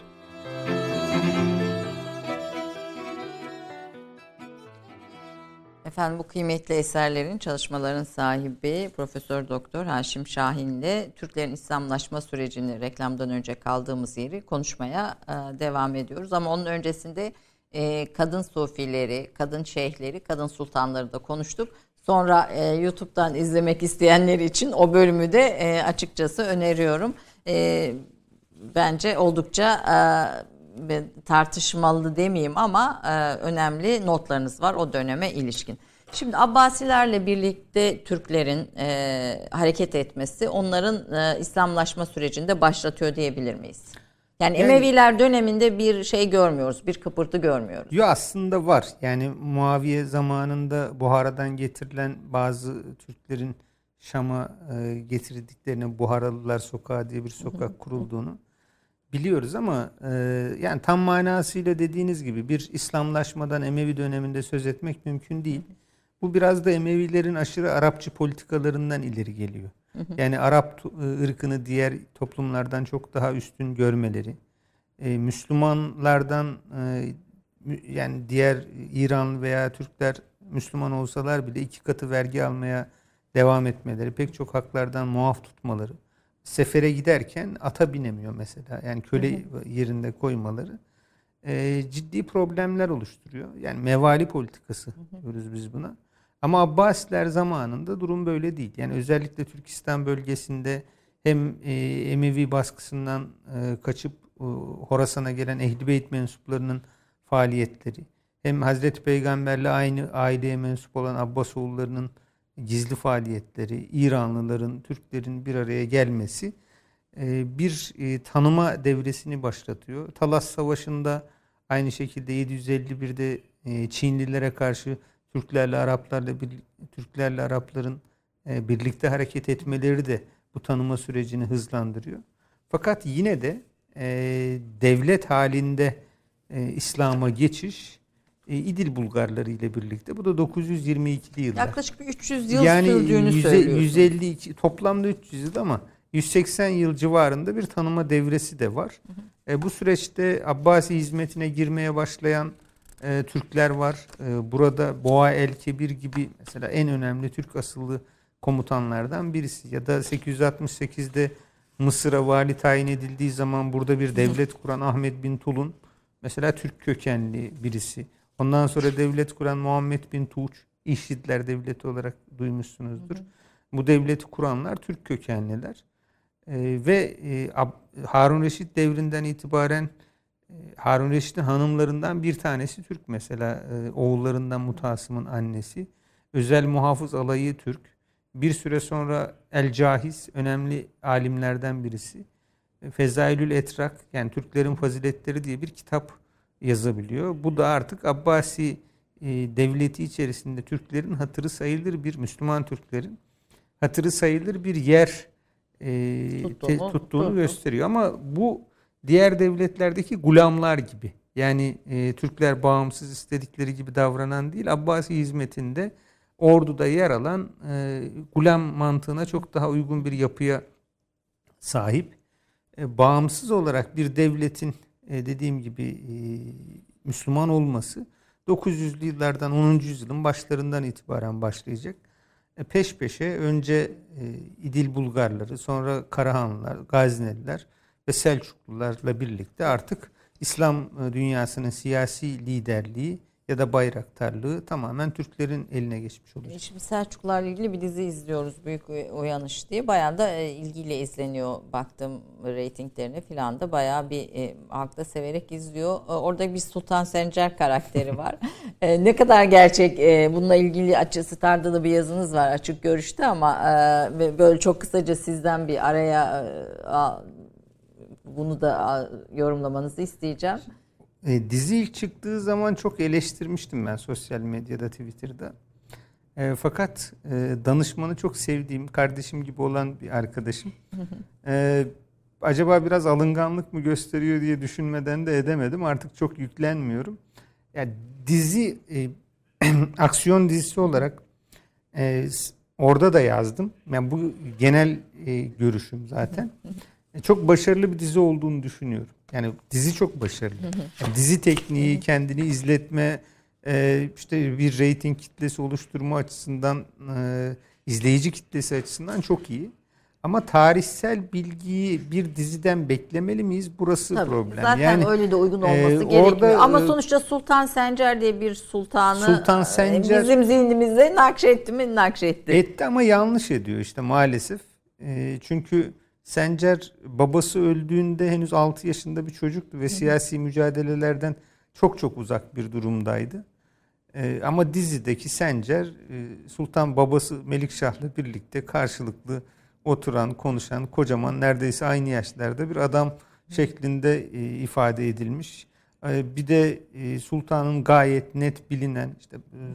Efendim, bu kıymetli eserlerin, çalışmaların sahibi Profesör Doktor Haşim Şahin'le Türklerin İslamlaşma sürecini, reklamdan önce kaldığımız yeri konuşmaya devam ediyoruz. Ama onun öncesinde kadın sufileri, kadın şeyhleri, kadın sultanları da konuştuk. Sonra YouTube'dan izlemek isteyenler için o bölümü de açıkçası öneriyorum. Bence oldukça tartışmalı demeyeyim ama önemli notlarınız var o döneme ilişkin. Şimdi Abbasilerle birlikte Türklerin hareket etmesi onların İslamlaşma sürecinde başlatıyor diyebilir miyiz? Yani Emeviler döneminde bir şey görmüyoruz, bir kıpırtı görmüyoruz. Yo, aslında var. Yani Muaviye zamanında Buhara'dan getirilen bazı Türklerin Şam'a getirdiklerini, Buharalılar Sokağı diye bir sokak kurulduğunu biliyoruz ama yani tam manasıyla dediğiniz gibi bir İslamlaşmadan Emevi döneminde söz etmek mümkün değil. Bu biraz da Emevilerin aşırı Arapçı politikalarından ileri geliyor. Yani Arap ırkını diğer toplumlardan çok daha üstün görmeleri, Müslümanlardan yani diğer İran veya Türkler Müslüman olsalar bile 2 katı vergi almaya devam etmeleri, pek çok haklardan muaf tutmaları, sefere giderken ata binemiyor mesela, yani köle yerinde koymaları ciddi problemler oluşturuyor. Yani mevali politikası diyoruz biz buna. Ama Abbasiler zamanında durum böyle değil. Yani özellikle Türkistan bölgesinde hem Emevi baskısından kaçıp Horasan'a gelen Ehl-i Beyt mensuplarının faaliyetleri, hem Hazreti Peygamber'le aynı aileye mensup olan Abbasoğullarının gizli faaliyetleri, İranlıların, Türklerin bir araya gelmesi bir tanıma devresini başlatıyor. Talas Savaşı'nda aynı şekilde 751'de Çinlilere karşı Türklerle Arapların birlikte hareket etmeleri de bu tanıma sürecini hızlandırıyor. Fakat yine de devlet halinde İslam'a geçiş İdil Bulgarları ile birlikte. Bu da 922'li yıllar. Yaklaşık bir 300 yıl sürdüğünü söylüyorsun. 152 toplamda 300 yıl ama 180 yıl civarında bir tanıma devresi de var. Bu süreçte Abbasi hizmetine girmeye başlayan Türkler var. Burada Boğa el-Kebir gibi mesela en önemli Türk asıllı komutanlardan birisi. Ya da 868'de Mısır'a vali tayin edildiği zaman burada bir devlet kuran Ahmet bin Tulun mesela Türk kökenli birisi. Ondan sonra devlet kuran Muhammed bin Tuğç, İşidler devleti olarak duymuşsunuzdur. Bu devleti kuranlar Türk kökenliler. Ve Harun Reşit devrinden itibaren Harun Reşit'in hanımlarından bir tanesi Türk mesela. Oğullarından Mutasım'ın annesi. Özel Muhafız Alayı Türk. Bir süre sonra El-Cahiz önemli alimlerden birisi. Fezailül Etrak, yani Türklerin Faziletleri diye bir kitap yazabiliyor. Bu da artık Abbasi devleti içerisinde Türklerin hatırı sayılır bir, Müslüman Türklerin hatırı sayılır bir yer tuttuğunu gösteriyor. Ama bu diğer devletlerdeki gulamlar gibi. Yani Türkler bağımsız istedikleri gibi davranan değil, Abbasi hizmetinde orduda yer alan gulam mantığına çok daha uygun bir yapıya sahip. Bağımsız olarak bir devletin dediğim gibi Müslüman olması 900'lü yıllardan 10. yüzyılın başlarından itibaren başlayacak. Peş peşe önce İdil Bulgarları, sonra Karahanlılar, Gazneliler ve Selçuklularla birlikte artık İslam dünyasının siyasi liderliği ya da bayraktarlığı tamamen Türklerin eline geçmiş oluyor. Şimdi Selçuklularla ilgili bir dizi izliyoruz, Büyük Uyanış diye. Bayağı da ilgiyle izleniyor. Baktım reytinglerine falan da bayağı bir halk da severek izliyor. Orada bir Sultan Sencer karakteri var. Ne kadar gerçek, bununla ilgili Star'da da bir yazınız var Açık Görüş'te ama böyle çok kısaca sizden bir araya bunu da yorumlamanızı isteyeceğim. Dizi ilk çıktığı zaman çok eleştirmiştim ben sosyal medyada, Twitter'da. Fakat danışmanı çok sevdiğim, kardeşim gibi olan bir arkadaşım. Acaba biraz alınganlık mı gösteriyor diye düşünmeden de edemedim. Artık çok yüklenmiyorum. Yani dizi aksiyon dizisi olarak orada da yazdım. Yani bu genel görüşüm zaten. Çok başarılı bir dizi olduğunu düşünüyorum. Yani dizi çok başarılı. Yani dizi tekniği, kendini izletme işte bir reyting kitlesi oluşturma açısından, izleyici kitlesi açısından çok iyi. Ama tarihsel bilgiyi bir diziden beklemeli miyiz? Burası Tabii, problem. zaten yani, öyle de uygun olması gerekmiyor. Orada, ama sonuçta Sultan Sencer diye bir sultanı bizim zihnimizde nakşetti mi? Nakşetti. Etti ama yanlış ediyor işte maalesef. Çünkü Sencer babası öldüğünde henüz 6 yaşında bir çocuktu ve siyasi mücadelelerden çok çok uzak bir durumdaydı. Ama dizideki Sencer, Sultan babası Melikşah'la birlikte karşılıklı oturan, konuşan, kocaman, neredeyse aynı yaşlarda bir adam şeklinde ifade edilmiş. Bir de sultanın gayet net bilinen, işte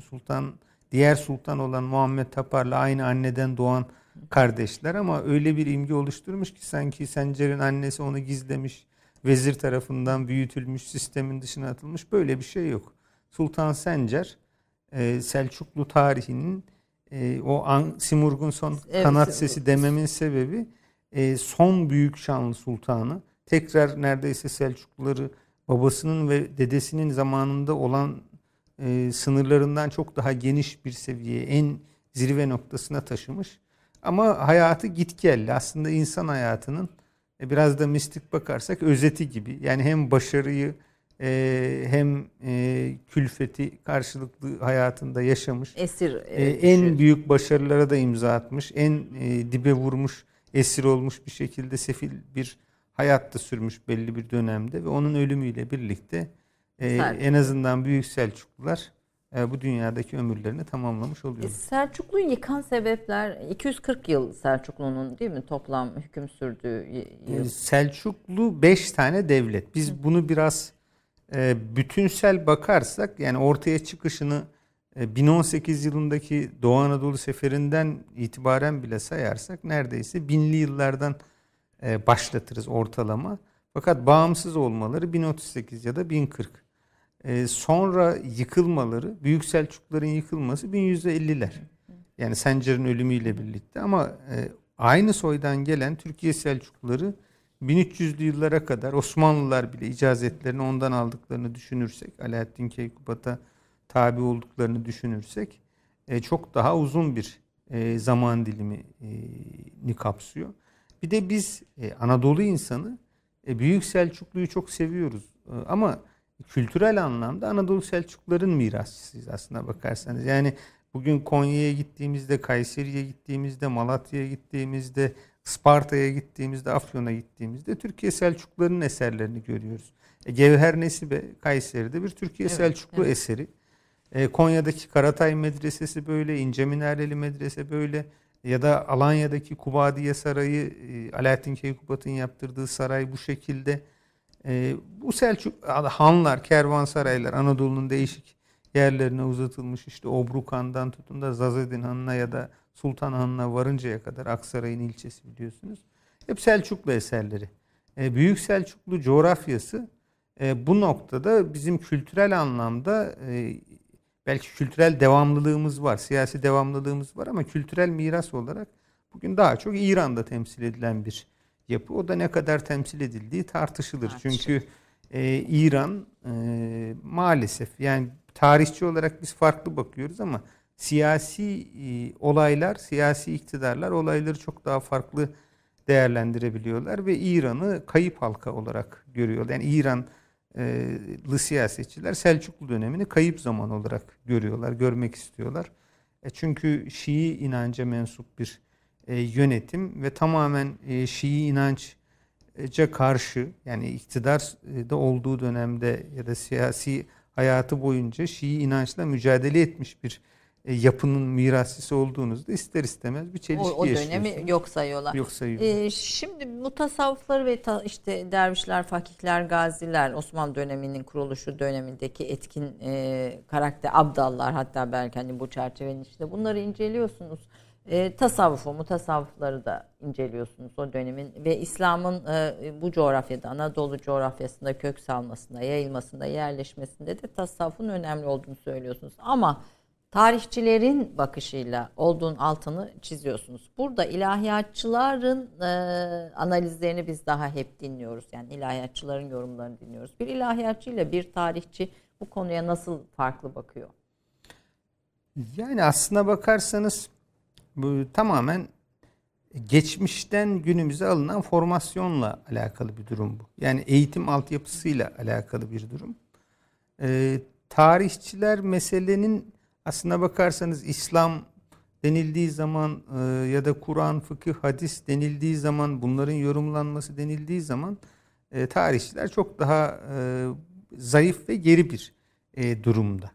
diğer sultan olan Muhammed Tapar'la aynı anneden doğan kardeşler, ama öyle bir imge oluşturmuş ki sanki Sencer'in annesi onu gizlemiş, vezir tarafından büyütülmüş, sistemin dışına atılmış. Böyle bir şey yok. Sultan Sencer, Selçuklu tarihinin o Simurg'un son kanat sesi dememin sebebi son büyük şanlı sultanı. Tekrar neredeyse Selçukluları babasının ve dedesinin zamanında olan sınırlarından çok daha geniş bir seviyeye, en zirve noktasına taşımış. Ama hayatı gitgelli. Aslında insan hayatının biraz da mistik bakarsak özeti gibi. Yani hem başarıyı hem külfeti karşılıklı hayatında yaşamış. En büyük başarılara da imza atmış. En dibe vurmuş, esir olmuş bir şekilde sefil bir hayatta sürmüş belli bir dönemde ve onun ölümüyle birlikte en azından Büyük Selçuklular bu dünyadaki ömürlerini tamamlamış oluyor. Selçuklu'yu yıkan sebepler 240 yıl Selçuklu'nun değil mi toplam hüküm sürdüğü yıl? Selçuklu 5 tane devlet. Biz bunu biraz bütünsel bakarsak, yani ortaya çıkışını 1018 yılındaki Doğu Anadolu Seferi'nden itibaren bile sayarsak neredeyse 1000'li yıllardan başlatırız ortalama. Fakat bağımsız olmaları 1038 ya da 1040. Sonra yıkılmaları, Büyük Selçukluların yıkılması 1150'ler. Yani Sencer'in ölümüyle birlikte, ama aynı soydan gelen Türkiye Selçukluları 1300'lü yıllara kadar, Osmanlılar bile icazetlerini ondan aldıklarını düşünürsek, Alaaddin Keykubat'a tabi olduklarını düşünürsek çok daha uzun bir zaman dilimini kapsıyor. Bir de biz Anadolu insanı Büyük Selçuklu'yu çok seviyoruz. Ama kültürel anlamda Anadolu Selçukluların mirasçısıyız aslına bakarsanız. Yani bugün Konya'ya gittiğimizde, Kayseri'ye gittiğimizde, Malatya'ya gittiğimizde, Isparta'ya gittiğimizde, Afyon'a gittiğimizde Türkiye Selçuklularının eserlerini görüyoruz. Gevher Nesibe Kayseri'de bir Türkiye Selçuklu eseri. Konya'daki Karatay Medresesi böyle, İnce Minareli Medrese böyle, ya da Alanya'daki Kubadiye Sarayı, Alaaddin Keykubat'ın yaptırdığı saray bu şekilde. Bu hanlar, kervansaraylar Anadolu'nun değişik yerlerine uzatılmış, işte Obruk Han'dan tutun da Zazedin Han'ına ya da Sultan Han'ına varıncaya kadar, Aksaray'ın ilçesi biliyorsunuz. Hep Selçuklu eserleri. Büyük Selçuklu coğrafyası bu noktada bizim kültürel anlamda belki kültürel devamlılığımız var, siyasi devamlılığımız var, ama kültürel miras olarak bugün daha çok İran'da temsil edilen bir yapı. O da ne kadar temsil edildiği tartışılır. Çünkü İran maalesef, yani tarihçi olarak biz farklı bakıyoruz ama siyasi olaylar, siyasi iktidarlar olayları çok daha farklı değerlendirebiliyorlar ve İran'ı kayıp halka olarak görüyorlar. Yani İranlı siyasetçiler Selçuklu dönemini kayıp zaman olarak görüyorlar, görmek istiyorlar. Çünkü Şii inanca mensup bir yönetim ve tamamen Şii inanca karşı, yani iktidarda olduğu dönemde ya da siyasi hayatı boyunca Şii inançla mücadele etmiş bir yapının mirasçısı olduğunuzda ister istemez bir çelişki yaşıyorsunuz. O dönemi yok sayıyorlar. Yok sayıyorlar. Şimdi mutasavvıfları ve işte dervişler, fakihler, gaziler, Osmanlı döneminin kuruluşu dönemindeki etkin karakter, abdallar, hatta belki hani bu çerçevenin içinde bunları inceliyorsunuz. Tasavvufu, mutasavvıfları da inceliyorsunuz o dönemin ve İslam'ın bu coğrafyada, Anadolu coğrafyasında kök salmasında, yayılmasında, yerleşmesinde de tasavvufun önemli olduğunu söylüyorsunuz. Ama tarihçilerin bakışıyla olduğun altını çiziyorsunuz. Burada ilahiyatçıların analizlerini biz daha hep dinliyoruz. Yani ilahiyatçıların yorumlarını dinliyoruz. Bir ilahiyatçıyla bir tarihçi bu konuya nasıl farklı bakıyor? Yani aslına bakarsanız bu tamamen geçmişten günümüze alınan formasyonla alakalı bir durum bu. Yani eğitim altyapısıyla alakalı bir durum. Tarihçiler meselenin aslına bakarsanız İslam denildiği zaman ya da Kur'an, fıkıh, hadis denildiği zaman, bunların yorumlanması denildiği zaman tarihçiler çok daha zayıf ve geri bir durumda.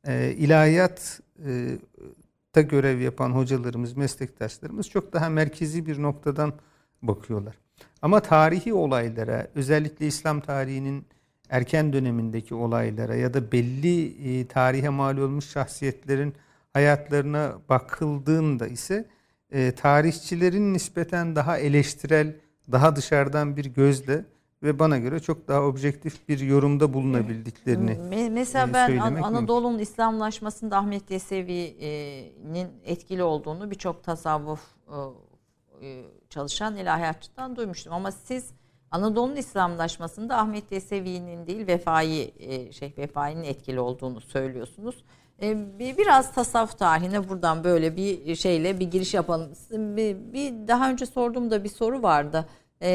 İlahiyatta görev yapan hocalarımız, meslektaşlarımız çok daha merkezi bir noktadan bakıyorlar. Ama tarihi olaylara, özellikle İslam tarihinin erken dönemindeki olaylara ya da belli tarihe mal olmuş şahsiyetlerin hayatlarına bakıldığında ise tarihçilerin nispeten daha eleştirel, daha dışarıdan bir gözle ve bana göre çok daha objektif bir yorumda bulunabildiklerini mesela ben söylemek Anadolu'nun mümkün. İslamlaşmasında Ahmet Yesevi'nin etkili olduğunu birçok tasavvuf çalışan ilahiyatçıdan duymuştum. Ama siz Anadolu'nun İslamlaşmasında Ahmet Yesevi'nin değil Şeyh Vefai'nin etkili olduğunu söylüyorsunuz. Biraz tasavvuf tarihine buradan böyle bir şeyle bir giriş yapalım. Bir daha önce sorduğumda bir soru vardı.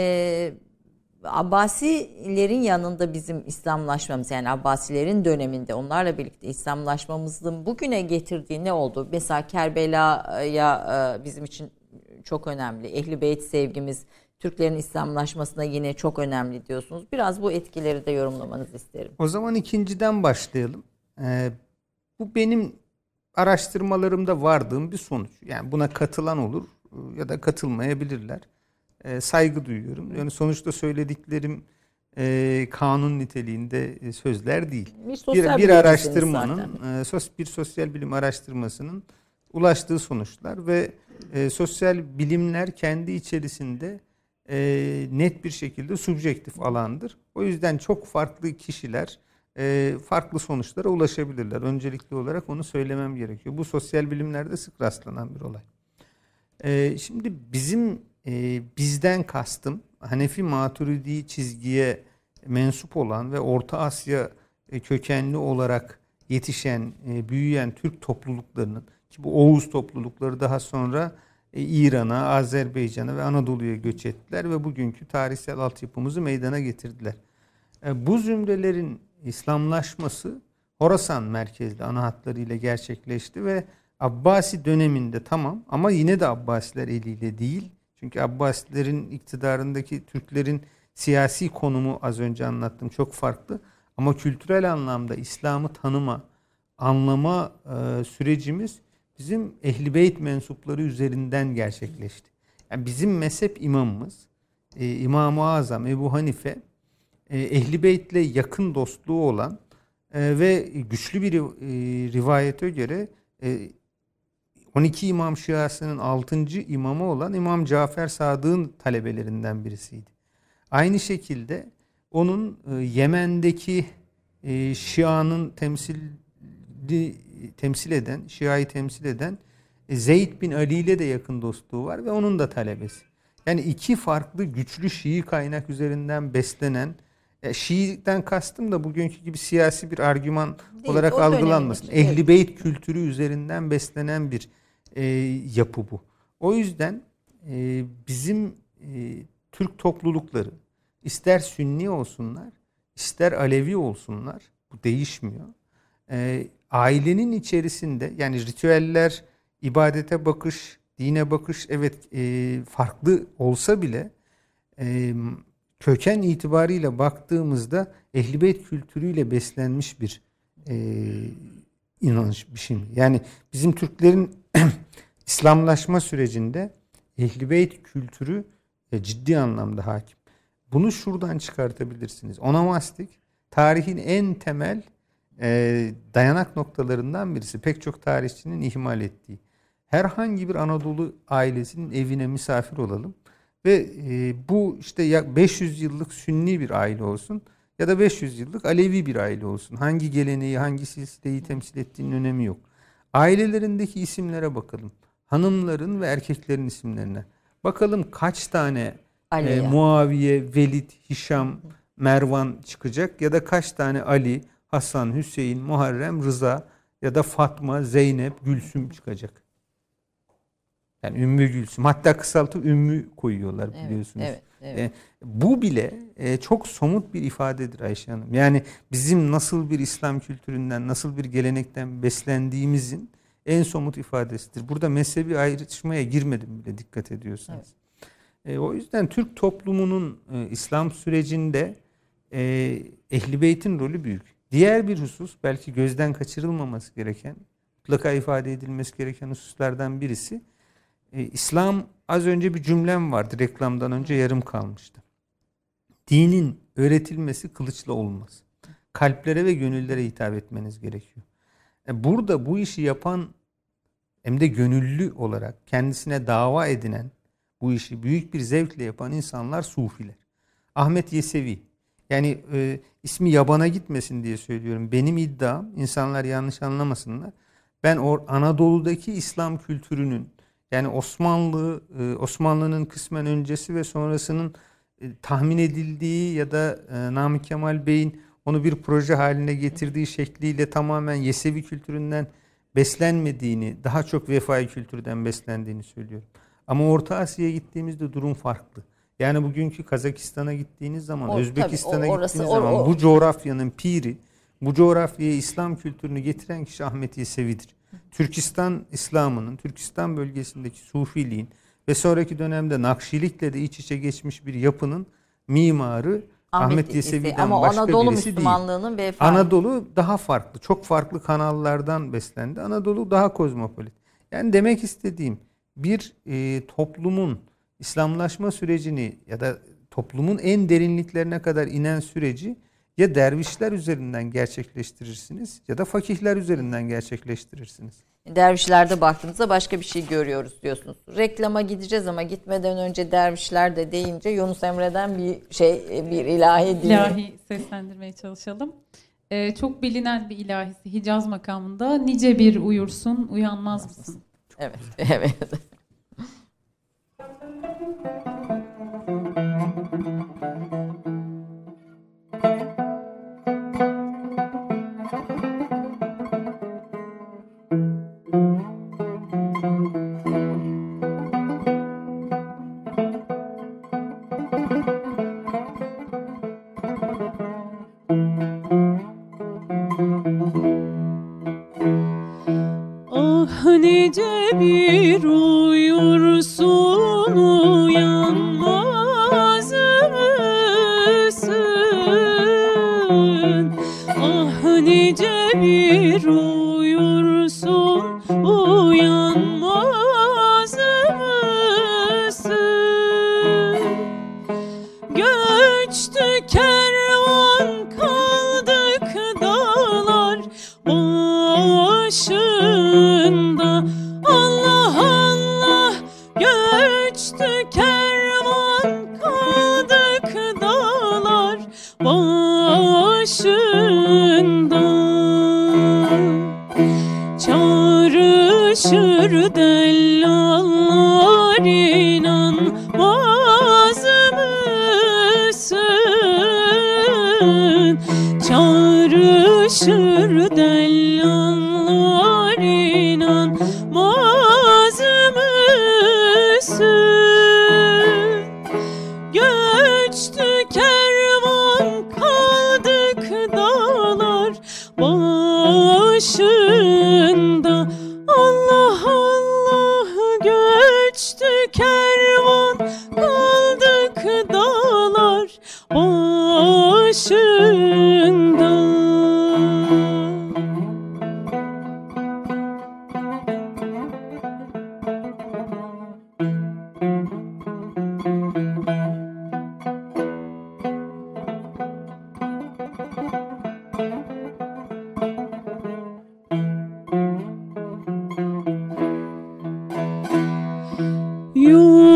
Abbasilerin yanında bizim İslamlaşmamız, yani Abbasilerin döneminde onlarla birlikte İslamlaşmamızın bugüne getirdiği ne oldu? Mesela Kerbela'ya bizim için çok önemli. Ehl-i Beyt sevgimiz Türklerin İslamlaşmasına yine çok önemli diyorsunuz. Biraz bu etkileri de yorumlamanızı isterim. O zaman ikinciden başlayalım. Bu benim araştırmalarımda vardığım bir sonuç. Yani buna katılan olur ya da katılmayabilirler. Saygı duyuyorum. Yani sonuçta söylediklerim kanun niteliğinde sözler değil. Bir araştırmanın, bir sosyal bilim araştırmasının ulaştığı sonuçlar ve sosyal bilimler kendi içerisinde net bir şekilde subjektif alandır. O yüzden çok farklı kişiler farklı sonuçlara ulaşabilirler. Öncelikli olarak onu söylemem gerekiyor. Bu sosyal bilimlerde sık rastlanan bir olay. Şimdi bizden kastım Hanefi Maturidi çizgiye mensup olan ve Orta Asya kökenli olarak yetişen, büyüyen Türk topluluklarının, ki bu Oğuz toplulukları daha sonra İran'a, Azerbaycan'a ve Anadolu'ya göç ettiler ve bugünkü tarihsel altyapımızı meydana getirdiler. Bu zümrelerin İslamlaşması Horasan merkezli ana hatlarıyla gerçekleşti ve Abbasi döneminde tamam, ama yine de Abbasiler eliyle değil. Çünkü Abbasilerin iktidarındaki Türklerin siyasi konumu az önce anlattım çok farklı. Ama kültürel anlamda İslam'ı tanıma, anlama sürecimiz bizim Ehl-i Beyt mensupları üzerinden gerçekleşti. Yani bizim mezhep imamımız İmam-ı Azam Ebu Hanife Ehl-i Beyt'le yakın dostluğu olan ve güçlü bir rivayete göre 12 İmam Şiasının 6. imamı olan İmam Cafer Sadık'ın talebelerinden birisiydi. Aynı şekilde onun Yemen'deki Şia'nın Şia'yı temsil eden Zeyd bin Ali ile de yakın dostluğu var ve onun da talebesi. Yani iki farklı güçlü Şii kaynak üzerinden beslenen, Şii'den kastım da bugünkü gibi siyasi bir argüman değil, olarak algılanmasın. Ehl-i Beyt kültürü üzerinden beslenen bir yapı bu. O yüzden bizim Türk toplulukları ister Sünni olsunlar, ister Alevi olsunlar, bu değişmiyor. Ailenin içerisinde, yani ritüeller, ibadete bakış, dine bakış evet farklı olsa bile köken itibariyle baktığımızda Ehl-i Beyt kültürüyle beslenmiş bir inanış biçimi. Yani bizim Türklerin İslamlaşma sürecinde Ehl-i Beyt kültürü ciddi anlamda hakim. Bunu şuradan çıkartabilirsiniz. Onomastik tarihin en temel dayanak noktalarından birisi. Pek çok tarihçinin ihmal ettiği. Herhangi bir Anadolu ailesinin evine misafir olalım ve bu işte 500 yıllık Sünni bir aile olsun ya da 500 yıllık Alevi bir aile olsun. Hangi geleneği, hangi silsileyi temsil ettiğinin önemi yok. Ailelerindeki isimlere bakalım. Hanımların ve erkeklerin isimlerine. Bakalım kaç tane Muaviye, Velid, Hişam, Mervan çıkacak ya da kaç tane Ali, Hasan, Hüseyin, Muharrem, Rıza ya da Fatma, Zeynep, Gülsüm çıkacak. Yani Ümmü Gülsüm. Hatta kısaltıp Ümmü koyuyorlar biliyorsunuz. Evet. Bu bile çok somut bir ifadedir Ayşe Hanım. Yani bizim nasıl bir İslam kültüründen, nasıl bir gelenekten beslendiğimizin en somut ifadesidir. Burada mezhebi ayrışmaya girmedim bile dikkat ediyorsanız. Evet. O yüzden Türk toplumunun İslam sürecinde Ehl-i Beyt'in rolü büyük. Diğer bir husus, belki gözden kaçırılmaması gereken, mutlaka ifade edilmesi gereken hususlardan birisi, İslam, az önce bir cümlem vardı reklamdan önce, yarım kalmıştı. Dinin öğretilmesi kılıçla olmaz. Kalplere ve gönüllere hitap etmeniz gerekiyor. Burada bu işi yapan, hem de gönüllü olarak kendisine dava edinen, bu işi büyük bir zevkle yapan insanlar sufiler. Ahmet Yesevi, yani ismi yabana gitmesin diye söylüyorum. Benim iddiam, insanlar yanlış anlamasınlar, ben Anadolu'daki İslam kültürünün, yani Osmanlı'nın kısmen öncesi ve sonrasının tahmin edildiği ya da Namık Kemal Bey'in onu bir proje haline getirdiği şekliyle tamamen Yesevi kültüründen beslenmediğini, daha çok Vefai kültürden beslendiğini söylüyorum. Ama Orta Asya'ya gittiğimizde durum farklı. Yani bugünkü Kazakistan'a gittiğiniz zaman, Özbekistan'a gittiğiniz zaman bu coğrafyanın piri, bu coğrafyaya İslam kültürünü getiren kişi Ahmet Yesevi'dir. Türkistan İslam'ının, Türkistan bölgesindeki Sufiliğin ve sonraki dönemde Nakşilikle de iç içe geçmiş bir yapının mimarı Ahmet Yesevi'den başka Anadolu birisi Müslümanlığının değil. Anadolu daha farklı, çok farklı kanallardan beslendi. Anadolu daha kozmopolit. Yani demek istediğim, bir toplumun İslamlaşma sürecini ya da toplumun en derinliklerine kadar inen süreci ya dervişler üzerinden gerçekleştirirsiniz ya da fakihler üzerinden gerçekleştirirsiniz. Dervişlerde baktığımızda başka bir şey görüyoruz diyorsunuz. Reklama gideceğiz ama gitmeden önce dervişler de deyince Yunus Emre'den bir ilahi seslendirmeye çalışalım. Çok bilinen bir ilahisi Hicaz makamında, nice bir uyursun uyanmaz mısın? Evet. Nice bir uyursun uyanmaz mısın? Ah nice bir uyursun uyanmaz mısın? Göçtü kervan kaldık dağlar başında. Allah Allah, göçtü kervan kaldık dağlar başında. Çağrışır dellallar inanmaz mısın? Çağrışır dellallar inanmaz mısın? Göçtü kervan kaldık dağlar başında. Allah Allah, göçtü kervan kaldık dağlar başında.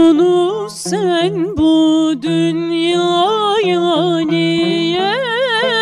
Yunus sen bu dünyaya niye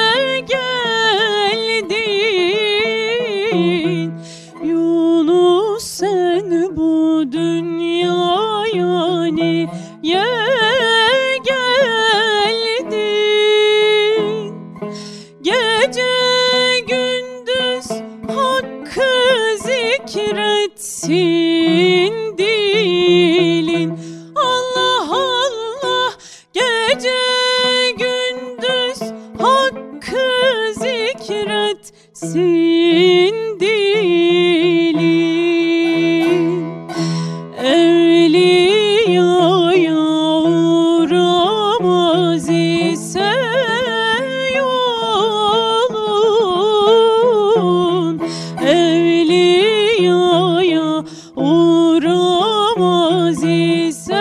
bilsin dilin, evliyaya uğramaz ise yolun, evliyaya uğramaz ise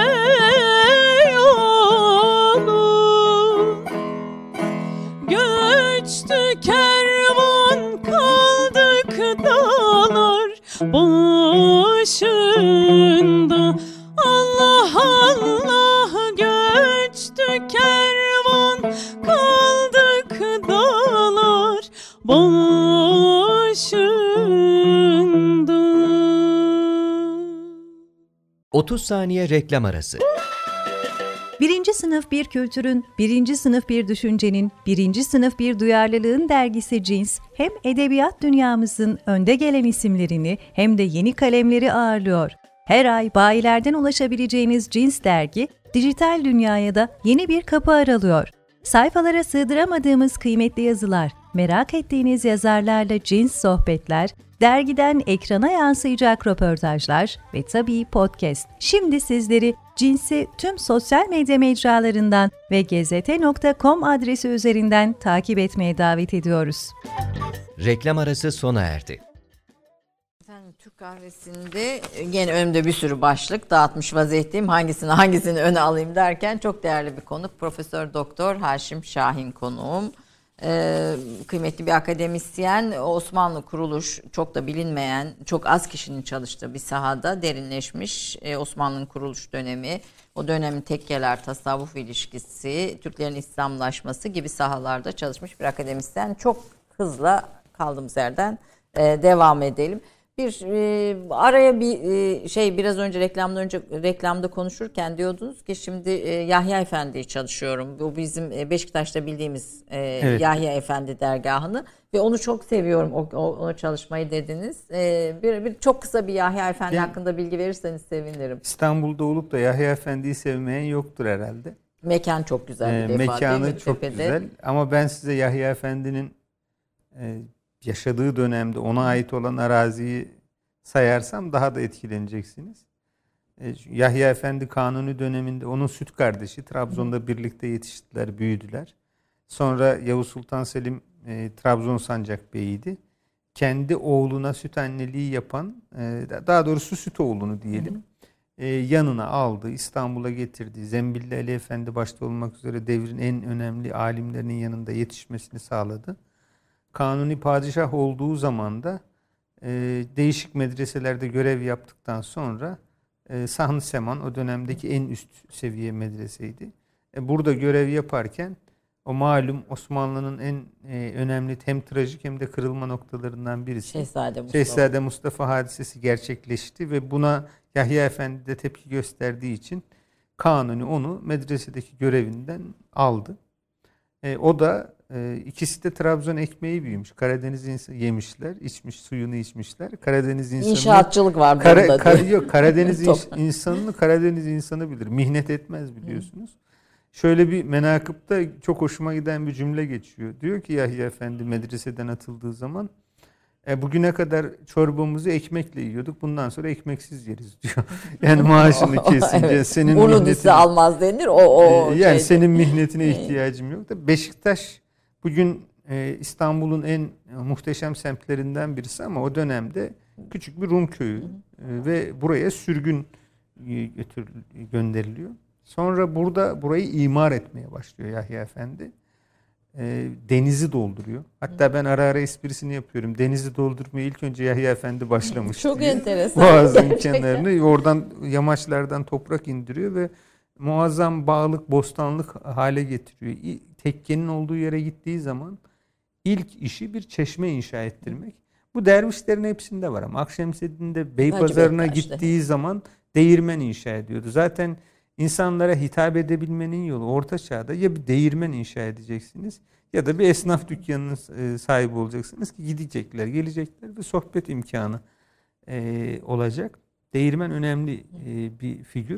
yolun. Göçtü kervan, kaldık dağlar başında. Allah Allah, göçtü kervan, kaldık dağlar başında. 30 saniye reklam arası. Birinci sınıf bir kültürün, birinci sınıf bir düşüncenin, birinci sınıf bir duyarlılığın dergisi Cins, hem edebiyat dünyamızın önde gelen isimlerini hem de yeni kalemleri ağırlıyor. Her ay bayilerden ulaşabileceğiniz Cins dergi, dijital dünyaya da yeni bir kapı aralıyor. Sayfalara sığdıramadığımız kıymetli yazılar, merak ettiğiniz yazarlarla Cins sohbetler, dergiden ekrana yansıyacak röportajlar ve tabii podcast. Şimdi sizleri Cins'i tüm sosyal medya mecralarından ve gezete.com adresi üzerinden takip etmeye davet ediyoruz. Reklam arası sona erdi. Efendim, Türk kahvesinde gene önümde bir sürü başlık dağıtmış vaziyetteyim. Hangisini öne alayım derken çok değerli bir konuk, Profesör Doktor Haşim Şahin konuğum. Kıymetli bir akademisyen, Osmanlı kuruluş çok da bilinmeyen, çok az kişinin çalıştığı bir sahada derinleşmiş. Osmanlı'nın kuruluş dönemi, o dönemin tekkeler, tasavvuf ilişkisi, Türklerin İslamlaşması gibi sahalarda çalışmış bir akademisyen. Çok hızla kaldığımız yerden devam edelim. Araya biraz önce reklamda konuşurken diyordunuz ki şimdi Yahya Efendi'yi çalışıyorum. Bu bizim Beşiktaş'ta bildiğimiz evet. Yahya Efendi dergahını ve onu çok seviyorum, onu çalışmayı dediniz. Çok kısa bir Yahya Efendi hakkında bilgi verirseniz sevinirim. İstanbul'da olup da Yahya Efendi'yi sevmeyen yoktur herhalde. Mekan çok güzel bir defa. Mekanı çok güzel ama ben size Yahya Efendi'nin yaşadığı dönemde ona ait olan araziyi sayarsam daha da etkileneceksiniz. Yahya Efendi Kanuni döneminde onun süt kardeşi Trabzon'da birlikte yetiştiler, büyüdüler. Sonra Yavuz Sultan Selim Trabzon Sancak Bey'iydi. Kendi oğluna süt anneliği yapan, daha doğrusu süt oğlunu diyelim, yanına aldı, İstanbul'a getirdi. Zembilli Ali Efendi başta olmak üzere devrin en önemli alimlerinin yanında yetişmesini sağladı. Kanuni padişah olduğu zaman da değişik medreselerde görev yaptıktan sonra Sahn-ı Seman o dönemdeki en üst seviye medreseydi. Burada görev yaparken o malum Osmanlı'nın en önemli hem trajik hem de kırılma noktalarından birisi. Şehzade Mustafa hadisesi gerçekleşti ve buna Yahya Efendi de tepki gösterdiği için Kanuni onu medresedeki görevinden aldı. O da ikisi de Trabzon ekmeği büyümüş. Karadeniz insanı yemişler, suyunu içmişler. Karadeniz insanı İnşaatçılık var burada. Yok, Karadeniz insanını Karadeniz insanı bilir. Mihnet etmez biliyorsunuz. Şöyle bir menakıpta çok hoşuma giden bir cümle geçiyor. Diyor ki Yahya Efendi medreseden atıldığı zaman bugüne kadar çorbamızı ekmekle yiyorduk. Bundan sonra ekmeksiz yeriz diyor. Yani maaşını kesince evet. Senin mihnetini almaz denir. Yani senin mihnetine ihtiyacım yok da. Beşiktaş bugün İstanbul'un en muhteşem semtlerinden birisi ama o dönemde küçük bir Rum köyü ve buraya sürgün gönderiliyor. Sonra burayı imar etmeye başlıyor Yahya Efendi. Denizi dolduruyor. Hatta ben ara esprisini yapıyorum. Denizi doldurmaya ilk önce Yahya Efendi başlamış. Çok enteresan. Boğazın kenarını oradan yamaçlardan toprak indiriyor ve muazzam bağlık, bostanlık hale getiriyor. Tekkenin olduğu yere gittiği zaman ilk işi bir çeşme inşa ettirmek. Bu dervişlerin hepsinde var ama Akşemseddin'de Beypazarı'na gittiği zaman değirmen inşa ediyordu. Zaten İnsanlara hitap edebilmenin yolu Orta Çağ'da ya bir değirmen inşa edeceksiniz ya da bir esnaf dükkanının sahibi olacaksınız ki gidecekler, gelecekler ve sohbet imkanı olacak. Değirmen önemli bir figür.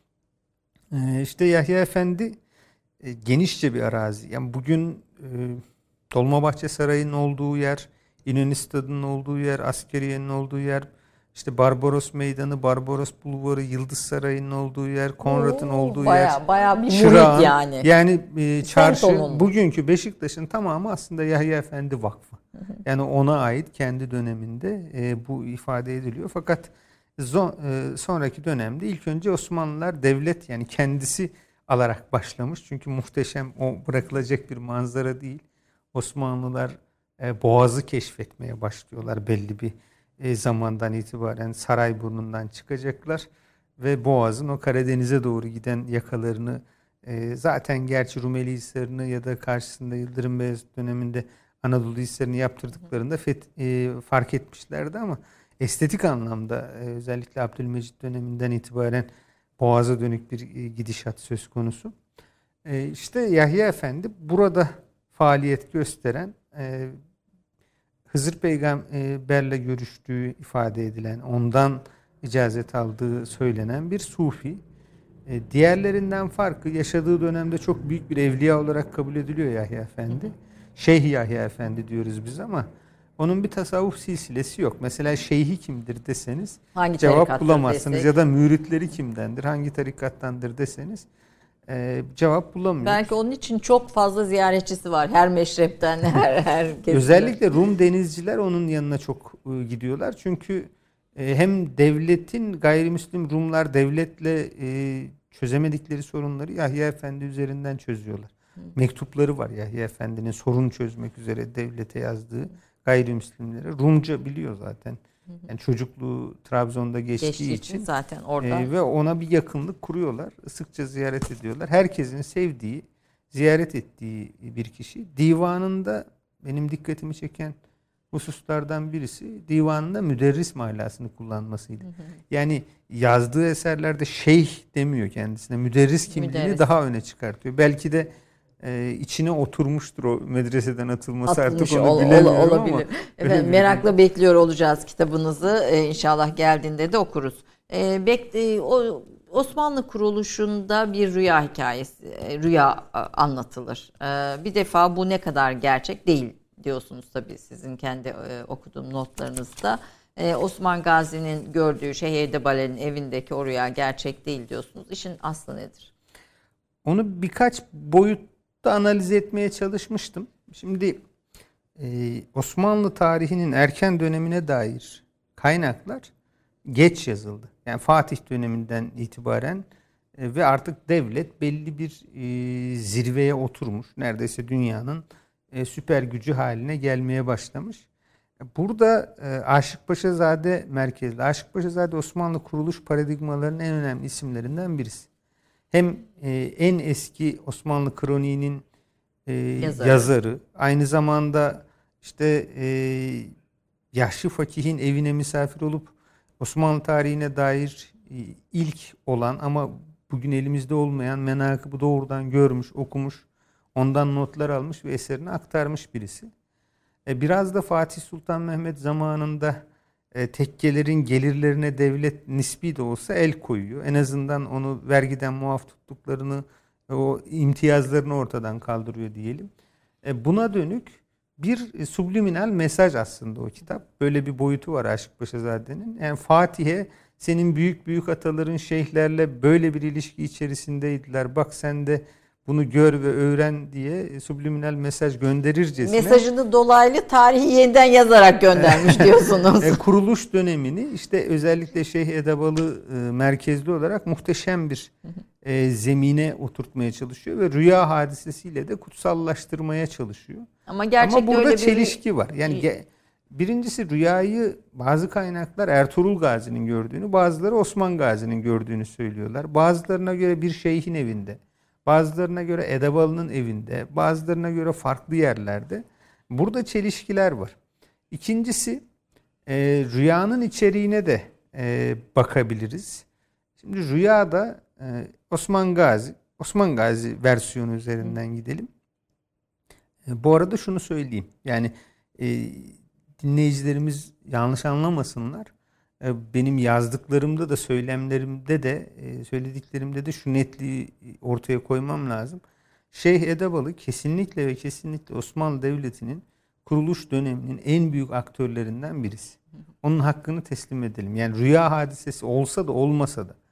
İşte Yahya Efendi genişçe bir arazi. Yani bugün Dolmabahçe Sarayı'nın olduğu yer, İnönü Stadı'nın olduğu yer, askeriyenin olduğu yer, işte Barbaros Meydanı, Barbaros Bulvarı, Yıldız Sarayı'nın olduğu yer, Konrad'ın olduğu yer. Bayağı bir Çırağan, muhit yani. Yani çarşı, olundu. bugünkü Beşiktaş'ın tamamı aslında Yahya Efendi Vakfı. Yani ona ait kendi döneminde bu ifade ediliyor. Fakat sonraki dönemde ilk önce Osmanlılar devlet yani kendisi alarak başlamış. Çünkü muhteşem, o bırakılacak bir manzara değil. Osmanlılar Boğaz'ı keşfetmeye başlıyorlar belli bir zamandan itibaren. Sarayburnu'ndan çıkacaklar ve Boğaz'ın o Karadeniz'e doğru giden yakalarını zaten gerçi Rumeli Hisarı'nı ya da karşısında Yıldırım Beyazıt döneminde Anadolu Hisarı'nı yaptırdıklarında fark etmişlerdi ama estetik anlamda özellikle Abdülmecit döneminden itibaren Boğaz'a dönük bir gidişat söz konusu. İşte Yahya Efendi burada faaliyet gösteren, Hızır Peygamberle görüştüğü ifade edilen, ondan icazet aldığı söylenen bir sufi. Diğerlerinden farkı, yaşadığı dönemde çok büyük bir evliya olarak kabul ediliyor Yahya Efendi. Şeyh Yahya Efendi diyoruz biz ama onun bir tasavvuf silsilesi yok. Mesela şeyhi kimdir deseniz hangi cevap bulamazsınız. desek? Ya da müritleri kimdendir, hangi tarikattandır deseniz cevap bulamıyoruz. Belki onun için çok fazla ziyaretçisi var. Her meşrepten, her kesimden. Özellikle Rum denizciler onun yanına çok gidiyorlar. Çünkü hem devletin, gayrimüslim Rumlar devletle çözemedikleri sorunları Yahya Efendi üzerinden çözüyorlar. Mektupları var Yahya Efendi'nin sorun çözmek üzere devlete yazdığı gayrimüslimlere. Rumca biliyor zaten. Yani çocukluğu Trabzon'da geçtiği için zaten orada. ve ona bir yakınlık kuruyorlar. Sıkça ziyaret ediyorlar. Herkesin sevdiği, ziyaret ettiği bir kişi. Divanında benim dikkatimi çeken hususlardan birisi divanında müderris malasını kullanmasıydı. Yani yazdığı eserlerde şeyh demiyor kendisine. Müderris kimliğini daha öne çıkartıyor. Belki de içine oturmuştur o medreseden atılması, artık onu bilemiyorum olabilir. ama. Efendim, merakla bekliyor olacağız kitabınızı. İnşallah geldiğinde de okuruz. Osmanlı kuruluşunda bir rüya hikayesi, rüya anlatılır. Bir defa bu ne kadar gerçek değil diyorsunuz tabii sizin kendi okuduğum notlarınızda. Osman Gazi'nin gördüğü Şeyh Edebali'nin evindeki o rüya gerçek değil diyorsunuz. İşin aslı nedir? Onu birkaç boyutta analiz etmeye çalışmıştım. Şimdi Osmanlı tarihinin erken dönemine dair kaynaklar geç yazıldı. Yani Fatih döneminden itibaren ve artık devlet belli bir zirveye oturmuş. Neredeyse dünyanın süper gücü haline gelmeye başlamış. Burada Aşık Paşazade merkezli. Aşık Paşazade Osmanlı kuruluş paradigmalarının en önemli isimlerinden birisi. Hem en eski Osmanlı kroniğinin yazarı, aynı zamanda işte yaşlı fakihin evine misafir olup Osmanlı tarihine dair ilk olan ama bugün elimizde olmayan menakıbı doğrudan görmüş, okumuş, ondan notlar almış ve eserini aktarmış birisi. Biraz da Fatih Sultan Mehmet zamanında tekkelerin gelirlerine devlet nispi de olsa el koyuyor. En azından onu vergiden muaf tuttuklarını, o imtiyazlarını ortadan kaldırıyor diyelim. Buna dönük bir subliminal mesaj aslında o kitap. Böyle bir boyutu var Aşık Paşazade'nin. Yani Fatih'e senin büyük ataların şeyhlerle böyle bir ilişki içerisindeydiler. Bak sen de bunu gör ve öğren diye subliminal mesaj gönderircesine. Mesajını dolaylı tarihi yeniden yazarak göndermiş diyorsunuz. Kuruluş dönemini işte özellikle Şeyh Edebalı merkezli olarak muhteşem bir zemine oturtmaya çalışıyor ve rüya hadisesiyle de kutsallaştırmaya çalışıyor. Ama burada öyle çelişki var. Yani birincisi rüyayı bazı kaynaklar Ertuğrul Gazi'nin gördüğünü, bazıları Osman Gazi'nin gördüğünü söylüyorlar. Bazılarına göre bir şeyhin evinde, bazılarına göre Edebalı'nın evinde, bazılarına göre farklı yerlerde. Burada çelişkiler var. İkincisi rüyanın içeriğine de bakabiliriz. Şimdi rüyada Osman Gazi versiyonu üzerinden gidelim. Bu arada şunu söyleyeyim. Yani dinleyicilerimiz yanlış anlamasınlar. Benim yazdıklarımda da söylemlerimde de söylediklerimde de şu netliği ortaya koymam lazım. Şeyh Edebalı kesinlikle ve kesinlikle Osmanlı Devleti'nin kuruluş döneminin en büyük aktörlerinden birisi. Onun hakkını teslim edelim. Yani rüya hadisesi olsa da olmasa da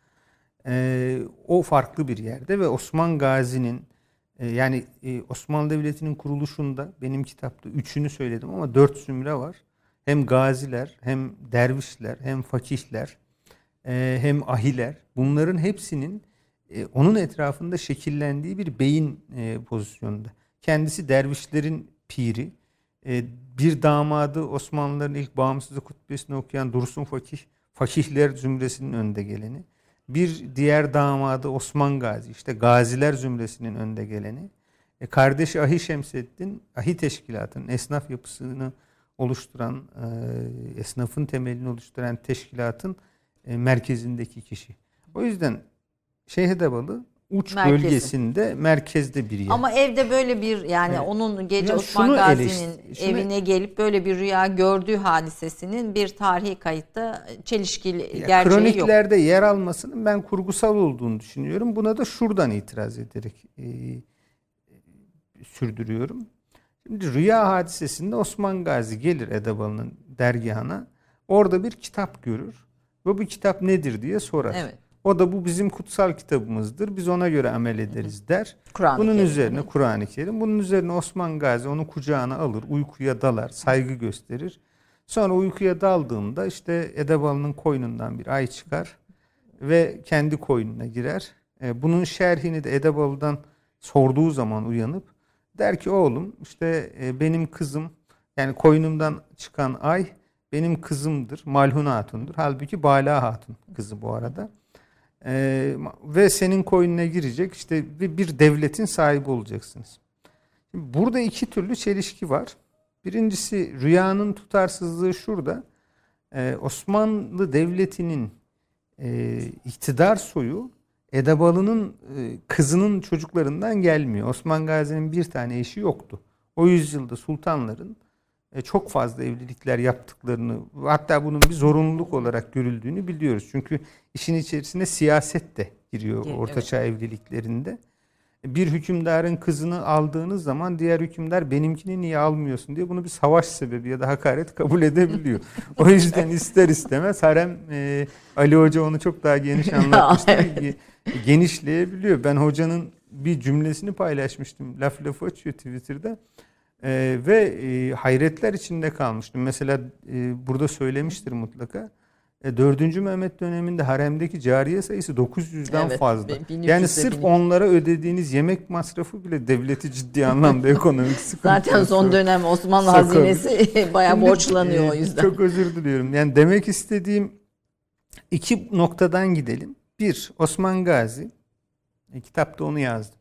o farklı bir yerde ve Osman Gazi'nin yani Osmanlı Devleti'nin kuruluşunda benim kitapta 3'ünü söyledim ama 4 zümre var. Hem gaziler, hem dervişler, hem fakihler, hem ahiler. Bunların hepsinin onun etrafında şekillendiği bir beyin pozisyonunda. Kendisi dervişlerin piri. Bir damadı Osmanlıların ilk bağımsızlık hutbesini okuyan Dursun Fakih, fakihler zümresinin önde geleni. Bir diğer damadı Osman Gazi, işte gaziler zümresinin önde geleni. Kardeşi Ahi Şemseddin, Ahi Teşkilatı'nın esnaf yapısını oluşturan, esnafın temelini oluşturan teşkilatın merkezindeki kişi. O yüzden Şeyh Edebalı uç bölgesinde, merkezde bir yer. Ama evde böyle bir yani onun gece Osman Gazi'nin evine gelip böyle bir rüya gördüğü hadisesinin bir tarihi kayıtta çelişkili gerçeği yok. Kroniklerde yer almasının ben kurgusal olduğunu düşünüyorum. Buna da şuradan itiraz ederek sürdürüyorum. Şimdi rüya hadisesinde Osman Gazi gelir Edebalı'nın dergahına. Orada bir kitap görür. Ve bu kitap nedir diye sorar. Evet. O da bu bizim kutsal kitabımızdır. Biz ona göre amel ederiz der. Bunun üzerine Kur'an-ı Kerim. Bunun üzerine Osman Gazi onu kucağına alır. Uykuya dalar. Saygı gösterir. Sonra uykuya daldığında işte Edebalı'nın koynundan bir ay çıkar. Ve kendi koynuna girer. Bunun şerhini de Edebalı'dan sorduğu zaman uyanıp der ki oğlum işte benim kızım yani koynumdan çıkan ay benim kızımdır. Malhun Hatun'dur. Halbuki Bala Hatun kızı bu arada. Ve senin koynuna girecek işte bir devletin sahibi olacaksınız. Şimdi burada iki türlü çelişki var. Birincisi rüyanın tutarsızlığı şurada. Osmanlı Devleti'nin iktidar soyu Edebalı'nın kızının çocuklarından gelmiyor. Osman Gazi'nin bir tane eşi yoktu. O yüzyılda sultanların çok fazla evlilikler yaptıklarını, hatta bunun bir zorunluluk olarak görüldüğünü biliyoruz. Çünkü işin içerisine siyaset de giriyor ortaçağ evliliklerinde. Bir hükümdarın kızını aldığınız zaman diğer hükümdar benimkini niye almıyorsun diye bunu bir savaş sebebi ya da hakaret kabul edebiliyor. O yüzden ister istemez harem, Ali Hoca onu çok daha geniş anlatmıştı. Genişleyebiliyor. Ben hocanın bir cümlesini paylaşmıştım. Laf lafı açıyor Twitter'da. Ve hayretler içinde kalmıştım. Mesela burada söylemiştir mutlaka. 4. Mehmet döneminde haremdeki cariye sayısı 900'den fazla. Yani sırf onlara ödediğiniz yemek masrafı bile devleti ciddi anlamda ekonomik sıkıntı. Zaten son dönem Osmanlı hazinesi bayağı borçlanıyor o yüzden. Çok özür diliyorum. Yani demek istediğim iki noktadan gidelim. Bir, Osman Gazi. Kitapta onu yazdım.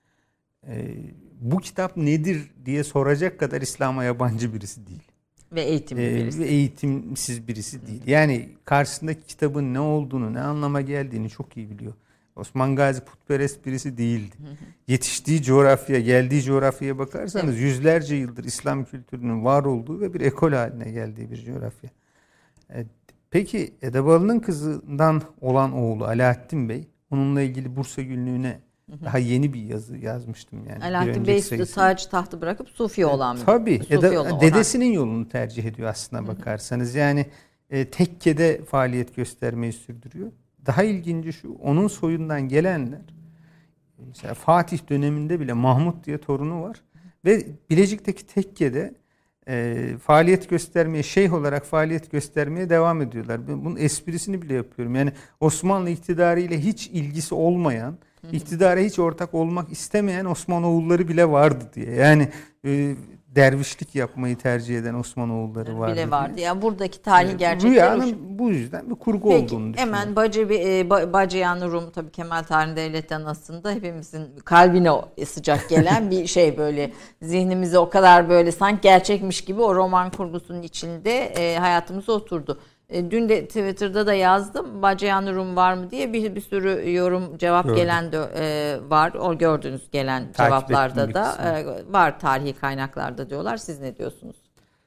Bu kitap nedir diye soracak kadar İslam'a yabancı birisi değil. Ve eğitimli birisi. Ve eğitimsiz birisi değil. Yani karşısındaki kitabın ne olduğunu, ne anlama geldiğini çok iyi biliyor. Osman Gazi putperest birisi değildi. Yetiştiği coğrafya, geldiği coğrafyaya bakarsanız yüzlerce yıldır İslam kültürünün var olduğu ve bir ekol haline geldiği bir coğrafya. Peki Edebalı'nın kızından olan oğlu Alaaddin Bey, onunla ilgili Bursa Günlüğü'ne daha yeni bir yazı yazmıştım yani. Alaaddin Bey taç tahtı bırakıp Sufi olan bir. Tabii. Dedesinin yolunu tercih ediyor aslına bakarsanız. Yani tekkede faaliyet göstermeyi sürdürüyor. Daha ilginci şu, onun soyundan gelenler mesela Fatih döneminde bile Mahmut diye torunu var. Ve Bilecik'teki tekkede faaliyet göstermeye, şeyh olarak faaliyet göstermeye devam ediyorlar. Ben bunun esprisini bile yapıyorum. Yani Osmanlı iktidarıyla hiç ilgisi olmayan, iktidara hiç ortak olmak istemeyen Osmanoğulları bile vardı diye. Yani dervişlik yapmayı tercih eden Osmanoğulları vardı. Bile vardı. Yani buradaki tarihi gerçekler. Rüyanın bu yüzden bir kurgu olduğunu düşünüyorum. Hemen Bacıyan Rum tabii Kemal Tahir Devlet'ten aslında hepimizin kalbine sıcak gelen bir şey, böyle zihnimize o kadar böyle sanki gerçekmiş gibi o roman kurgusunun içinde hayatımıza oturdu. Dün de Twitter'da da yazdım. Bacıyan Rum var mı diye bir sürü yorum cevap gelen de var. O gördüğünüz gelen cevaplarda da var, tarihi kaynaklarda diyorlar. Siz ne diyorsunuz?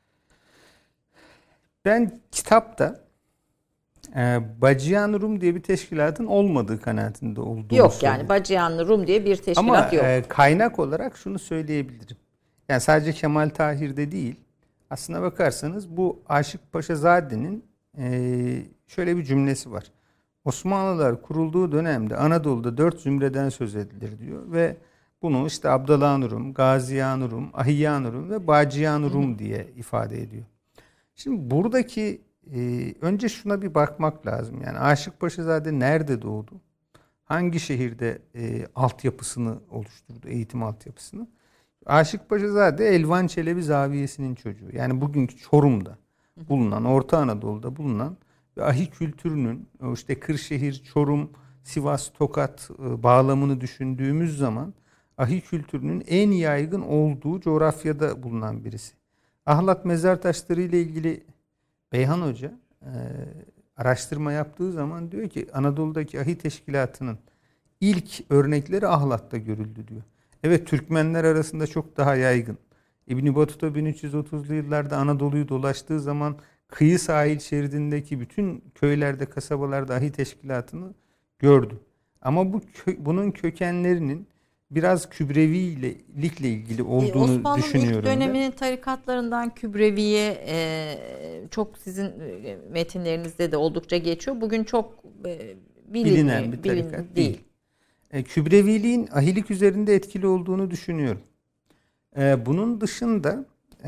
Ben kitapta Bacıyan Rum diye bir teşkilatın olmadığı kanaatinde olduğunu yok söyleyeyim. Yani Bacıyan Rum diye bir teşkilat yok. Ama kaynak olarak şunu söyleyebilirim. Yani sadece Kemal Tahir'de değil, Aslına bakarsanız bu Aşık Paşazade'nin şöyle bir cümlesi var. Osmanlılar kurulduğu dönemde Anadolu'da 4 zümreden söz edilir diyor ve bunu işte Abdallah Rum, Gaziyan Rum, Ahiyyan Rum ve Bacıyan Rum diye ifade ediyor. Şimdi buradaki önce şuna bir bakmak lazım. Yani Aşık Paşazade nerede doğdu? Hangi şehirde altyapısını oluşturdu, eğitim altyapısını? Aşık Paşazade Elvan Çelebi Zaviyesi'nin çocuğu. Yani bugünkü Çorum'da bulunan, Orta Anadolu'da bulunan ve ahi kültürünün işte Kırşehir, Çorum, Sivas, Tokat bağlamını düşündüğümüz zaman ahi kültürünün en yaygın olduğu coğrafyada bulunan birisi. Ahlat mezar taşları ile ilgili Beyhan Hoca araştırma yaptığı zaman diyor ki Anadolu'daki ahi teşkilatının ilk örnekleri Ahlat'ta görüldü diyor. Evet, Türkmenler arasında çok daha yaygın. İbn Battuta 1330'lu yıllarda Anadolu'yu dolaştığı zaman kıyı sahil şeridindeki bütün köylerde, kasabalarda ahi teşkilatını gördü. Ama bunun kökenlerinin biraz Kübrevilikle ilgili olduğunu Osmanlı'nın düşünüyorum. ilk döneminin tarikatlarından Kübreviye çok sizin metinlerinizde de oldukça geçiyor. Bugün çok bilinen bir tarikat değil. Kübreviliğin ahilik üzerinde etkili olduğunu düşünüyorum. Bunun dışında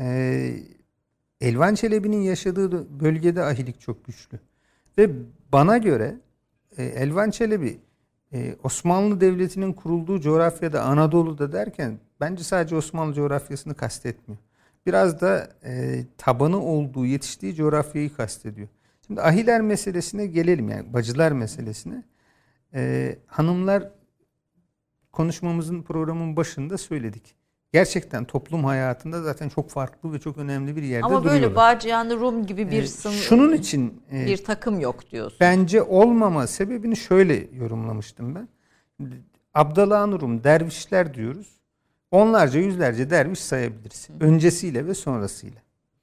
Elvan Çelebi'nin yaşadığı bölgede ahilik çok güçlü. Ve bana göre Elvan Çelebi Osmanlı Devleti'nin kurulduğu coğrafyada, Anadolu'da derken bence sadece Osmanlı coğrafyasını kastetmiyor. Biraz da tabanı olduğu, yetiştiği coğrafyayı kastediyor. Şimdi ahiler meselesine gelelim, yani bacılar meselesine. Hanımlar konuşmamızın, programın başında söyledik. Gerçekten toplum hayatında zaten çok farklı ve çok önemli bir yerde duruyorlar. Ama böyle Bacıyan Rum gibi bir şunun için bir takım yok diyorsun. Bence olmama sebebini şöyle yorumlamıştım ben. Abdallah Rum, dervişler diyoruz. Onlarca, yüzlerce derviş sayabiliriz. Öncesiyle ve sonrasıyla.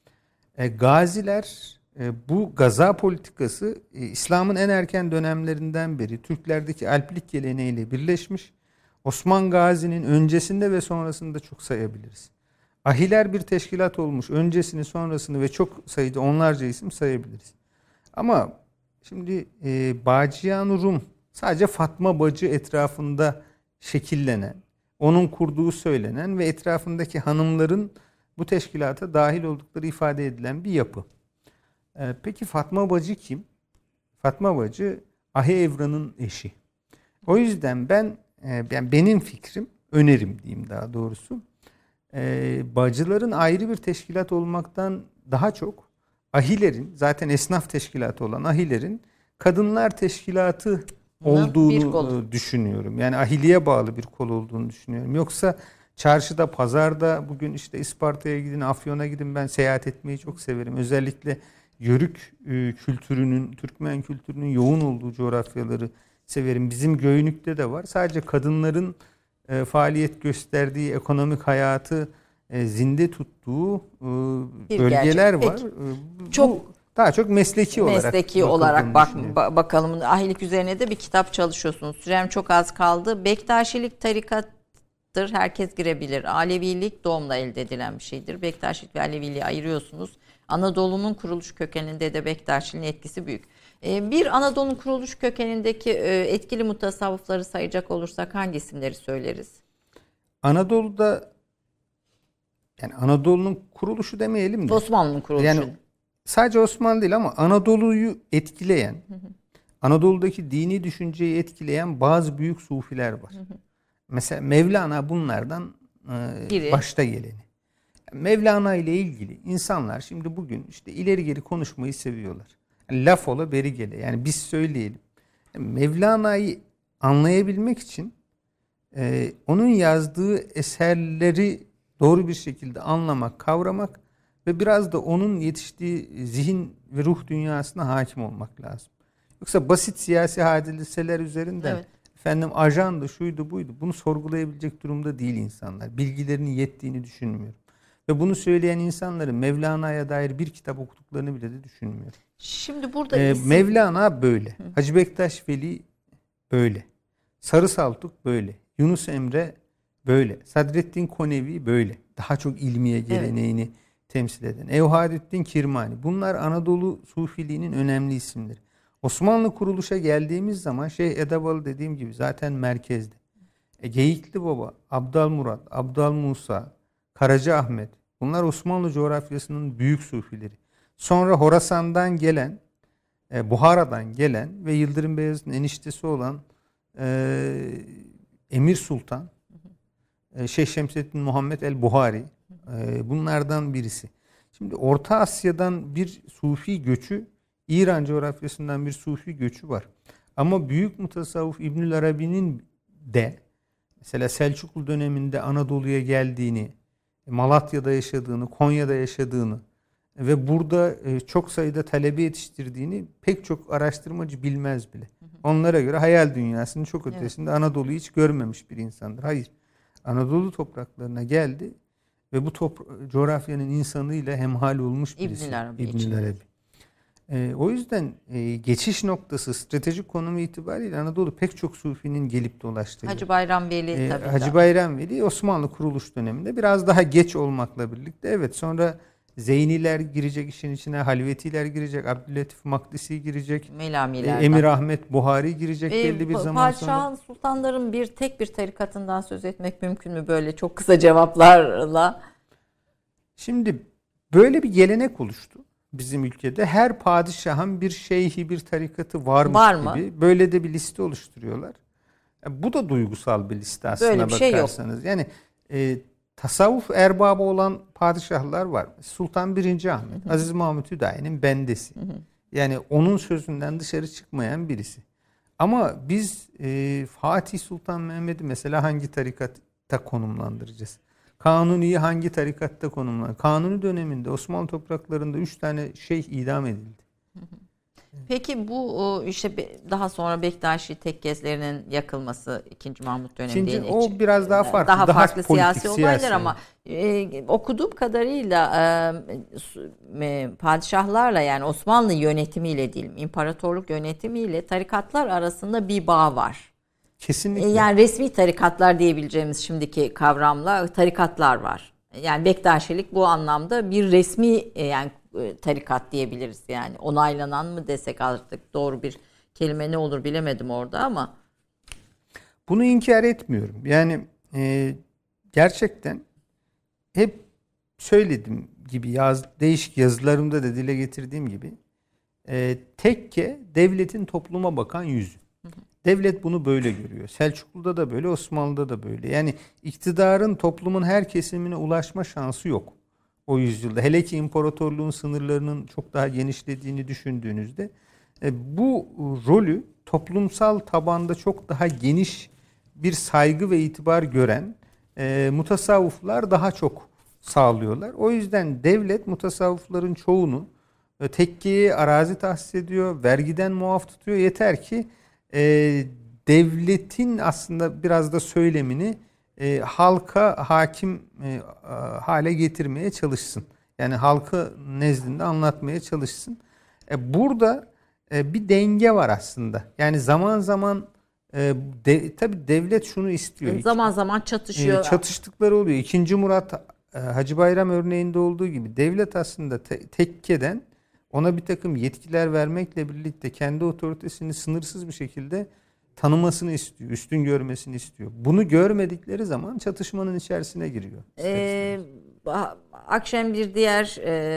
Gaziler, bu gaza politikası İslam'ın en erken dönemlerinden beri Türklerdeki alplik geleneğiyle birleşmiş. Osman Gazi'nin öncesinde ve sonrasında çok sayabiliriz. Ahiler bir teşkilat olmuş. Öncesini, sonrasını ve çok sayıda onlarca isim sayabiliriz. Ama şimdi Bacıyan Rum sadece Fatma Bacı etrafında şekillenen, onun kurduğu söylenen ve etrafındaki hanımların bu teşkilata dahil oldukları ifade edilen bir yapı. Peki Fatma Bacı kim? Fatma Bacı Ahi Evran'ın eşi. O yüzden benim fikrim, önerim diyeyim daha doğrusu, bacıların ayrı bir teşkilat olmaktan daha çok ahilerin, zaten esnaf teşkilatı olan ahilerin kadınlar teşkilatı olduğunu düşünüyorum. Yani ahiliye bağlı bir kol olduğunu düşünüyorum. Yoksa çarşıda, pazarda, bugün işte Isparta'ya gidin, Afyon'a gidin, ben seyahat etmeyi çok severim. Özellikle Yörük kültürünün, Türkmen kültürünün yoğun olduğu coğrafyaları severim. Bizim Göynük'te de var. Sadece kadınların faaliyet gösterdiği, ekonomik hayatı zinde tuttuğu bölgeler var. Çok daha çok mesleki olarak bakalım. Ahilik üzerine de bir kitap çalışıyorsunuz. Sürem çok az kaldı. Bektaşilik tarikattır. Herkes girebilir. Alevilik doğumla elde edilen bir şeydir. Bektaşilik ve Aleviliği ayırıyorsunuz. Anadolu'nun kuruluş kökeninde de Bektaşiliğin etkisi büyük. Bir Anadolu'nun kuruluş kökenindeki etkili mutasavvıfları sayacak olursak hangi isimleri söyleriz? Anadolu'da, yani Anadolu'nun kuruluşu demeyelim de. Osmanlı'nın kuruluşu. Yani sadece Osmanlı değil ama Anadolu'yu etkileyen, Anadolu'daki dini düşünceyi etkileyen bazı büyük sufiler var. Mesela Mevlana bunlardan başta geleni. Mevlana ile ilgili insanlar şimdi bugün işte ileri geri konuşmayı seviyorlar. Yani laf ola beri gele. Yani biz söyleyelim. Mevlana'yı anlayabilmek için onun yazdığı eserleri doğru bir şekilde anlamak, kavramak ve biraz da onun yetiştiği zihin ve ruh dünyasına hakim olmak lazım. Yoksa basit siyasi hadiseler üzerinden efendim ajandı, şuydu, buydu, bunu sorgulayabilecek durumda değil insanlar. Bilgilerinin yettiğini düşünmüyorum. Ve bunu söyleyen insanların Mevlana'ya dair bir kitap okuduklarını bile de düşünmüyorum. Şimdi burada Mevlana böyle. Hacı Bektaş Veli böyle. Sarı Saltuk böyle. Yunus Emre böyle. Sadreddin Konevi böyle. Daha çok ilmiye geleneğini temsil eden. Evhadüddin Kirmani. Bunlar Anadolu Sufiliğinin önemli isimleri. Osmanlı kuruluşa geldiğimiz zaman Şeyh Edebalı dediğim gibi zaten merkezde. Geyikli Baba, Abdal Murat, Abdal Musa, Karaca Ahmet, bunlar Osmanlı coğrafyasının büyük sufileri. Sonra Horasan'dan gelen, Buhara'dan gelen ve Yıldırım Beyazıt'ın eniştesi olan Emir Sultan, Şeyh Şemseddin Muhammed el-Buhari, bunlardan birisi. Şimdi Orta Asya'dan bir sufi göçü, İran coğrafyasından bir sufi göçü var. Ama büyük mutasavvuf İbnül Arabi'nin de mesela Selçuklu döneminde Anadolu'ya geldiğini, Malatya'da yaşadığını, Konya'da yaşadığını ve burada çok sayıda talebe yetiştirdiğini pek çok araştırmacı bilmez bile. Onlara göre hayal dünyasının çok ötesinde Anadolu'yu hiç görmemiş bir insandır. Hayır. Anadolu topraklarına geldi ve bu coğrafyanın insanıyla hemhal olmuş birisi. İbnül Arabi. O yüzden geçiş noktası, stratejik konumu itibariyle Anadolu pek çok sufinin gelip dolaştığı. Hacı Bayram Veli tabii. Hacı Bayram Veli Osmanlı kuruluş döneminde biraz daha geç olmakla birlikte evet sonra Zeyniler girecek işin içine, Halvetiler girecek, Abdüllatif Makdisi girecek, Emir Ahmet Buhari girecek belli bir zaman sonra. Padişahın, sultanların tek bir tarikatından söz etmek mümkün mü böyle çok kısa cevaplarla? Şimdi böyle bir gelenek oluştu bizim ülkede. Her padişahın bir şeyhi, bir tarikatı varmış gibi böyle de bir liste oluşturuyorlar. Bu da duygusal bir liste aslında böyle bir bakarsanız. Şey yok. Yani tasavvuf erbabı olan padişahlar var. Sultan 1. Ahmet, Aziz Mahmut Hüdayi'nin bendesi. Yani onun sözünden dışarı çıkmayan birisi. Ama biz Fatih Sultan Mehmet'i mesela hangi tarikatta konumlandıracağız? Kanuni'yi hangi tarikatta konumlandıracağız? Kanuni döneminde Osmanlı topraklarında 3 tane şeyh idam edildi. Peki bu işte daha sonra Bektaşi tekkezlerinin yakılması 2. Mahmut döneminde için. O biraz daha farklı. Daha farklı politik, siyasi olaylar ama okuduğum kadarıyla padişahlarla yani Osmanlı yönetimiyle değil, imparatorluk yönetimiyle tarikatlar arasında bir bağ var. Kesinlikle. Yani resmi tarikatlar diyebileceğimiz şimdiki kavramla tarikatlar var. Yani Bektaşilik bu anlamda bir resmi yani tarikat diyebiliriz yani. Onaylanan mı desek artık doğru bir kelime ne olur bilemedim orada ama. Bunu inkar etmiyorum. Yani gerçekten hep söylediğim gibi değişik yazılarımda da dile getirdiğim gibi tekke devletin topluma bakan yüzü. Devlet bunu böyle görüyor. Selçuklu'da da böyle, Osmanlı'da da böyle. Yani iktidarın toplumun her kesimine ulaşma şansı yok o yüzyılda. Hele ki imparatorluğun sınırlarının çok daha genişlediğini düşündüğünüzde bu rolü toplumsal tabanda çok daha geniş bir saygı ve itibar gören mutasavvıflar daha çok sağlıyorlar. O yüzden devlet mutasavvıfların çoğunu tekkeye arazi tahsis ediyor, vergiden muaf tutuyor. Yeter ki devletin aslında biraz da söylemini halka hakim hale getirmeye çalışsın. Yani halkı nezdinde anlatmaya çalışsın. Burada bir denge var aslında. Yani zaman zaman tabii devlet şunu istiyor. Zaman zaman çatışıyor. Çatıştıkları oluyor. 2. Murat Hacı Bayram örneğinde olduğu gibi devlet aslında tekkeden ona bir takım yetkiler vermekle birlikte kendi otoritesini sınırsız bir şekilde tanımasını istiyor, üstün görmesini istiyor. Bunu görmedikleri zaman çatışmanın içerisine giriyor. Akşam bir diğer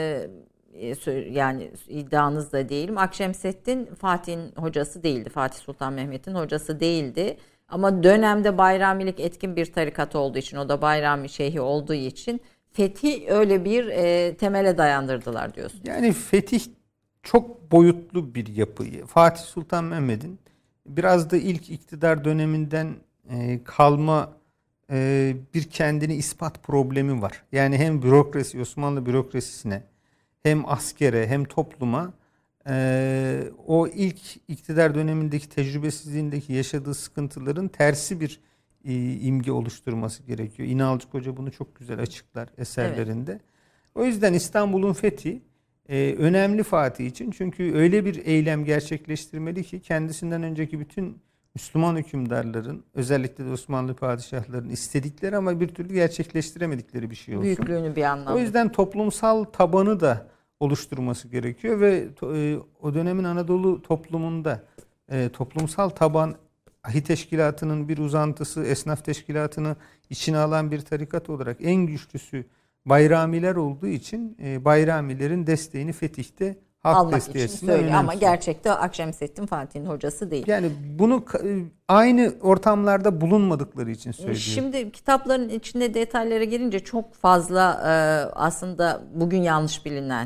yani iddianız da değilim. Akşemseddin Fatih'in hocası değildi. Fatih Sultan Mehmet'in hocası değildi. Ama dönemde Bayramilik etkin bir tarikat olduğu için, o da Bayrami Şeyhi olduğu için fetih öyle bir temele dayandırdılar diyorsun. Yani fetih çok boyutlu bir yapı. Fatih Sultan Mehmet'in biraz da ilk iktidar döneminden kalma bir kendini ispat problemi var. Yani hem bürokrasi, Osmanlı bürokrasisine, hem askere, hem topluma o ilk iktidar dönemindeki tecrübesizliğindeki yaşadığı sıkıntıların tersi bir imge oluşturması gerekiyor. İnalcık Hoca bunu çok güzel açıklar eserlerinde. Evet. O yüzden İstanbul'un fethi önemli Fatih için. Çünkü öyle bir eylem gerçekleştirmeli ki kendisinden önceki bütün Müslüman hükümdarların, özellikle de Osmanlı padişahlarının istedikleri ama bir türlü gerçekleştiremedikleri bir şey olsun. Büyüklüğünü bir anlamda. O yüzden toplumsal tabanı da oluşturması gerekiyor ve o dönemin Anadolu toplumunda toplumsal taban, ahi teşkilatının bir uzantısı, esnaf teşkilatını içine alan bir tarikat olarak en güçlüsü Bayramiler olduğu için Bayramilerin desteğini fetihte halk almak desteği için söylüyor önemsiyor. ama gerçekte Akşemseddin Fatih'in hocası değil. Yani bunu aynı ortamlarda bulunmadıkları için söylüyor. Şimdi kitapların içinde detaylara girince çok fazla aslında bugün yanlış bilinen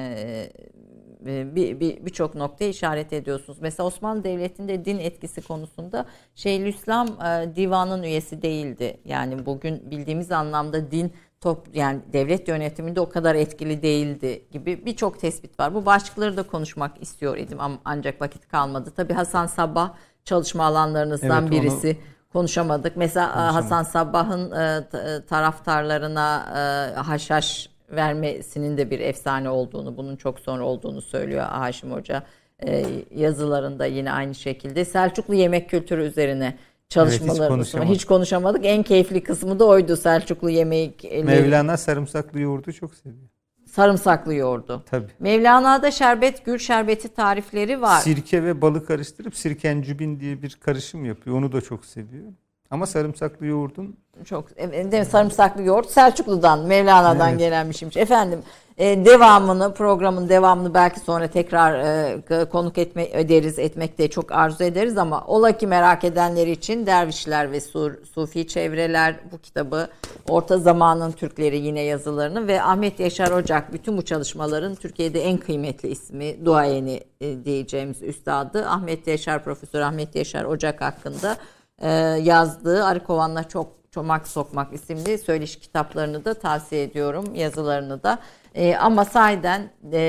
birçok noktaya işaret ediyorsunuz. Mesela Osmanlı Devleti'nde din etkisi konusunda Şeyhülislam divanın üyesi değildi. Yani bugün bildiğimiz anlamda din yani devlet yönetiminde o kadar etkili değildi gibi birçok tespit var. Bu başlıkları da konuşmak istiyor idim ama ancak vakit kalmadı. Tabii Hasan Sabbah çalışma alanlarınızdan birisi. Konuşamadık. Mesela Hasan Sabbah'ın taraftarlarına haşhaş vermesinin de bir efsane olduğunu, bunun çok sonra olduğunu söylüyor Haşim Hoca yazılarında yine aynı şekilde. Selçuklu yemek kültürü üzerine çalışmalarımız var. Hiç konuşamadık. En keyifli kısmı da oydu, Selçuklu yemek. Mevlana sarımsaklı yoğurdu çok seviyor. Sarımsaklı yoğurdu. Tabii. Mevlana'da gül şerbeti tarifleri var. Sirke ve balı karıştırıp sirkencübin diye bir karışım yapıyor. Onu da çok seviyor. Ama sarımsaklı yoğurdun çok sarımsaklı yoğurt Selçuklu'dan, Mevlana'dan gelenmişmiş. Efendim programın devamını belki sonra tekrar konuk etmek de çok arzu ederiz ama ola ki merak edenler için Dervişler ve Sufi Çevreler bu kitabı, Orta Zamanın Türkleri yine yazılarını ve Ahmet Yaşar Ocak, bütün bu çalışmaların Türkiye'de en kıymetli ismi, duayeni diyeceğimiz üstadı Profesör Ahmet Yaşar Ocak hakkında yazdığı Arı Kovan'la Çomak Sokmak isimli söyleşi kitaplarını da tavsiye ediyorum, yazılarını da. Ama sahiden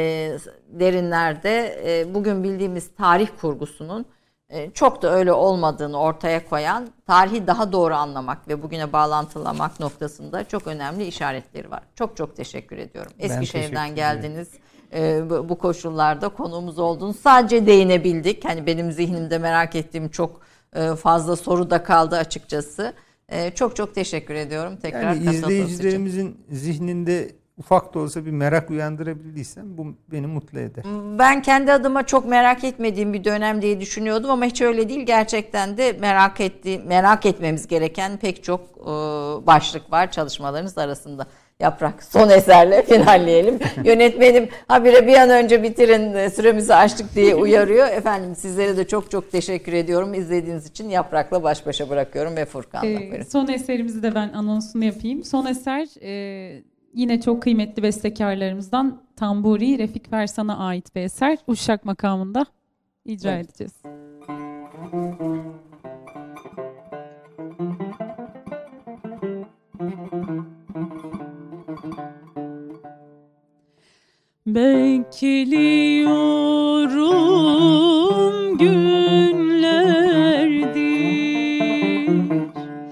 derinlerde bugün bildiğimiz tarih kurgusunun çok da öyle olmadığını ortaya koyan, tarihi daha doğru anlamak ve bugüne bağlantılamak noktasında çok önemli işaretleri var. Çok çok teşekkür ediyorum. Eskişehir'den geldiniz. Bu koşullarda konuğumuz oldunuz. Sadece değinebildik. Hani benim zihnimde merak ettiğim çok fazla soru da kaldı açıkçası. Çok çok teşekkür ediyorum. Tekrar yani izleyicilerimizin zihninde ufak da olsa bir merak uyandırabildiysem bu beni mutlu eder. Ben kendi adıma çok merak etmediğim bir dönem diye düşünüyordum ama hiç öyle değil. Gerçekten de merak etmemiz gereken pek çok başlık var çalışmalarınız arasında. Yaprak, son eserle finalleyelim. Yönetmenim habire bir an önce bitirin, süremizi açtık diye uyarıyor. Efendim sizlere de çok çok teşekkür ediyorum. İzlediğiniz için Yaprak'la baş başa bırakıyorum ve Furkan'la. Son eserimizi de ben anonsunu yapayım. Son eser yine çok kıymetli bestekarlarımızdan Tamburi Refik Fersan'a ait bir eser. Uşak makamında icra edeceğiz. Bekliyorum günlerdir,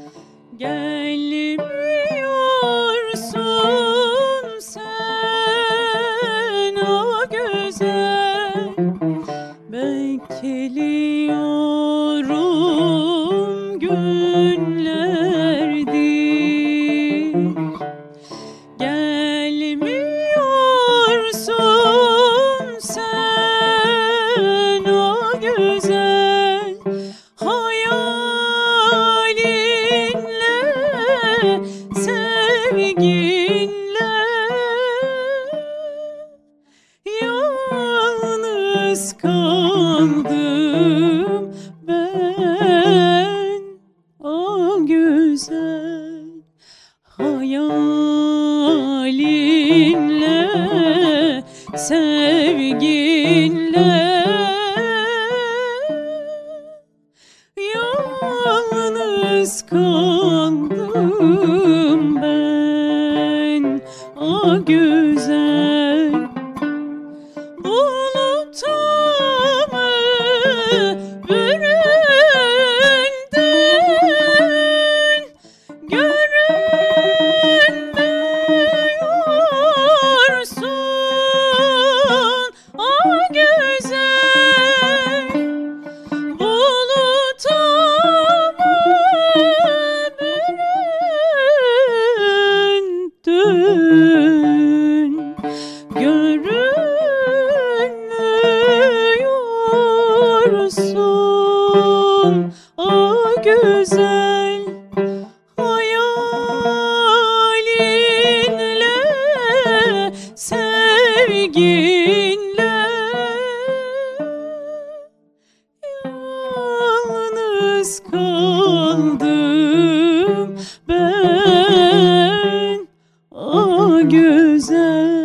gelmiyorsun sen o güzel. Bekliyorum günlerdir, gelmiyorsun sen o güzel hayalinle, sevginle. Yalnız kaldım ben o güzel hayalinle, sevginle. Yalnız kaldım ben o güzel. Buluta mı büründen görünmüyorsun o güzel. Buluta sevginle yalnız kaldım ben, ah güzel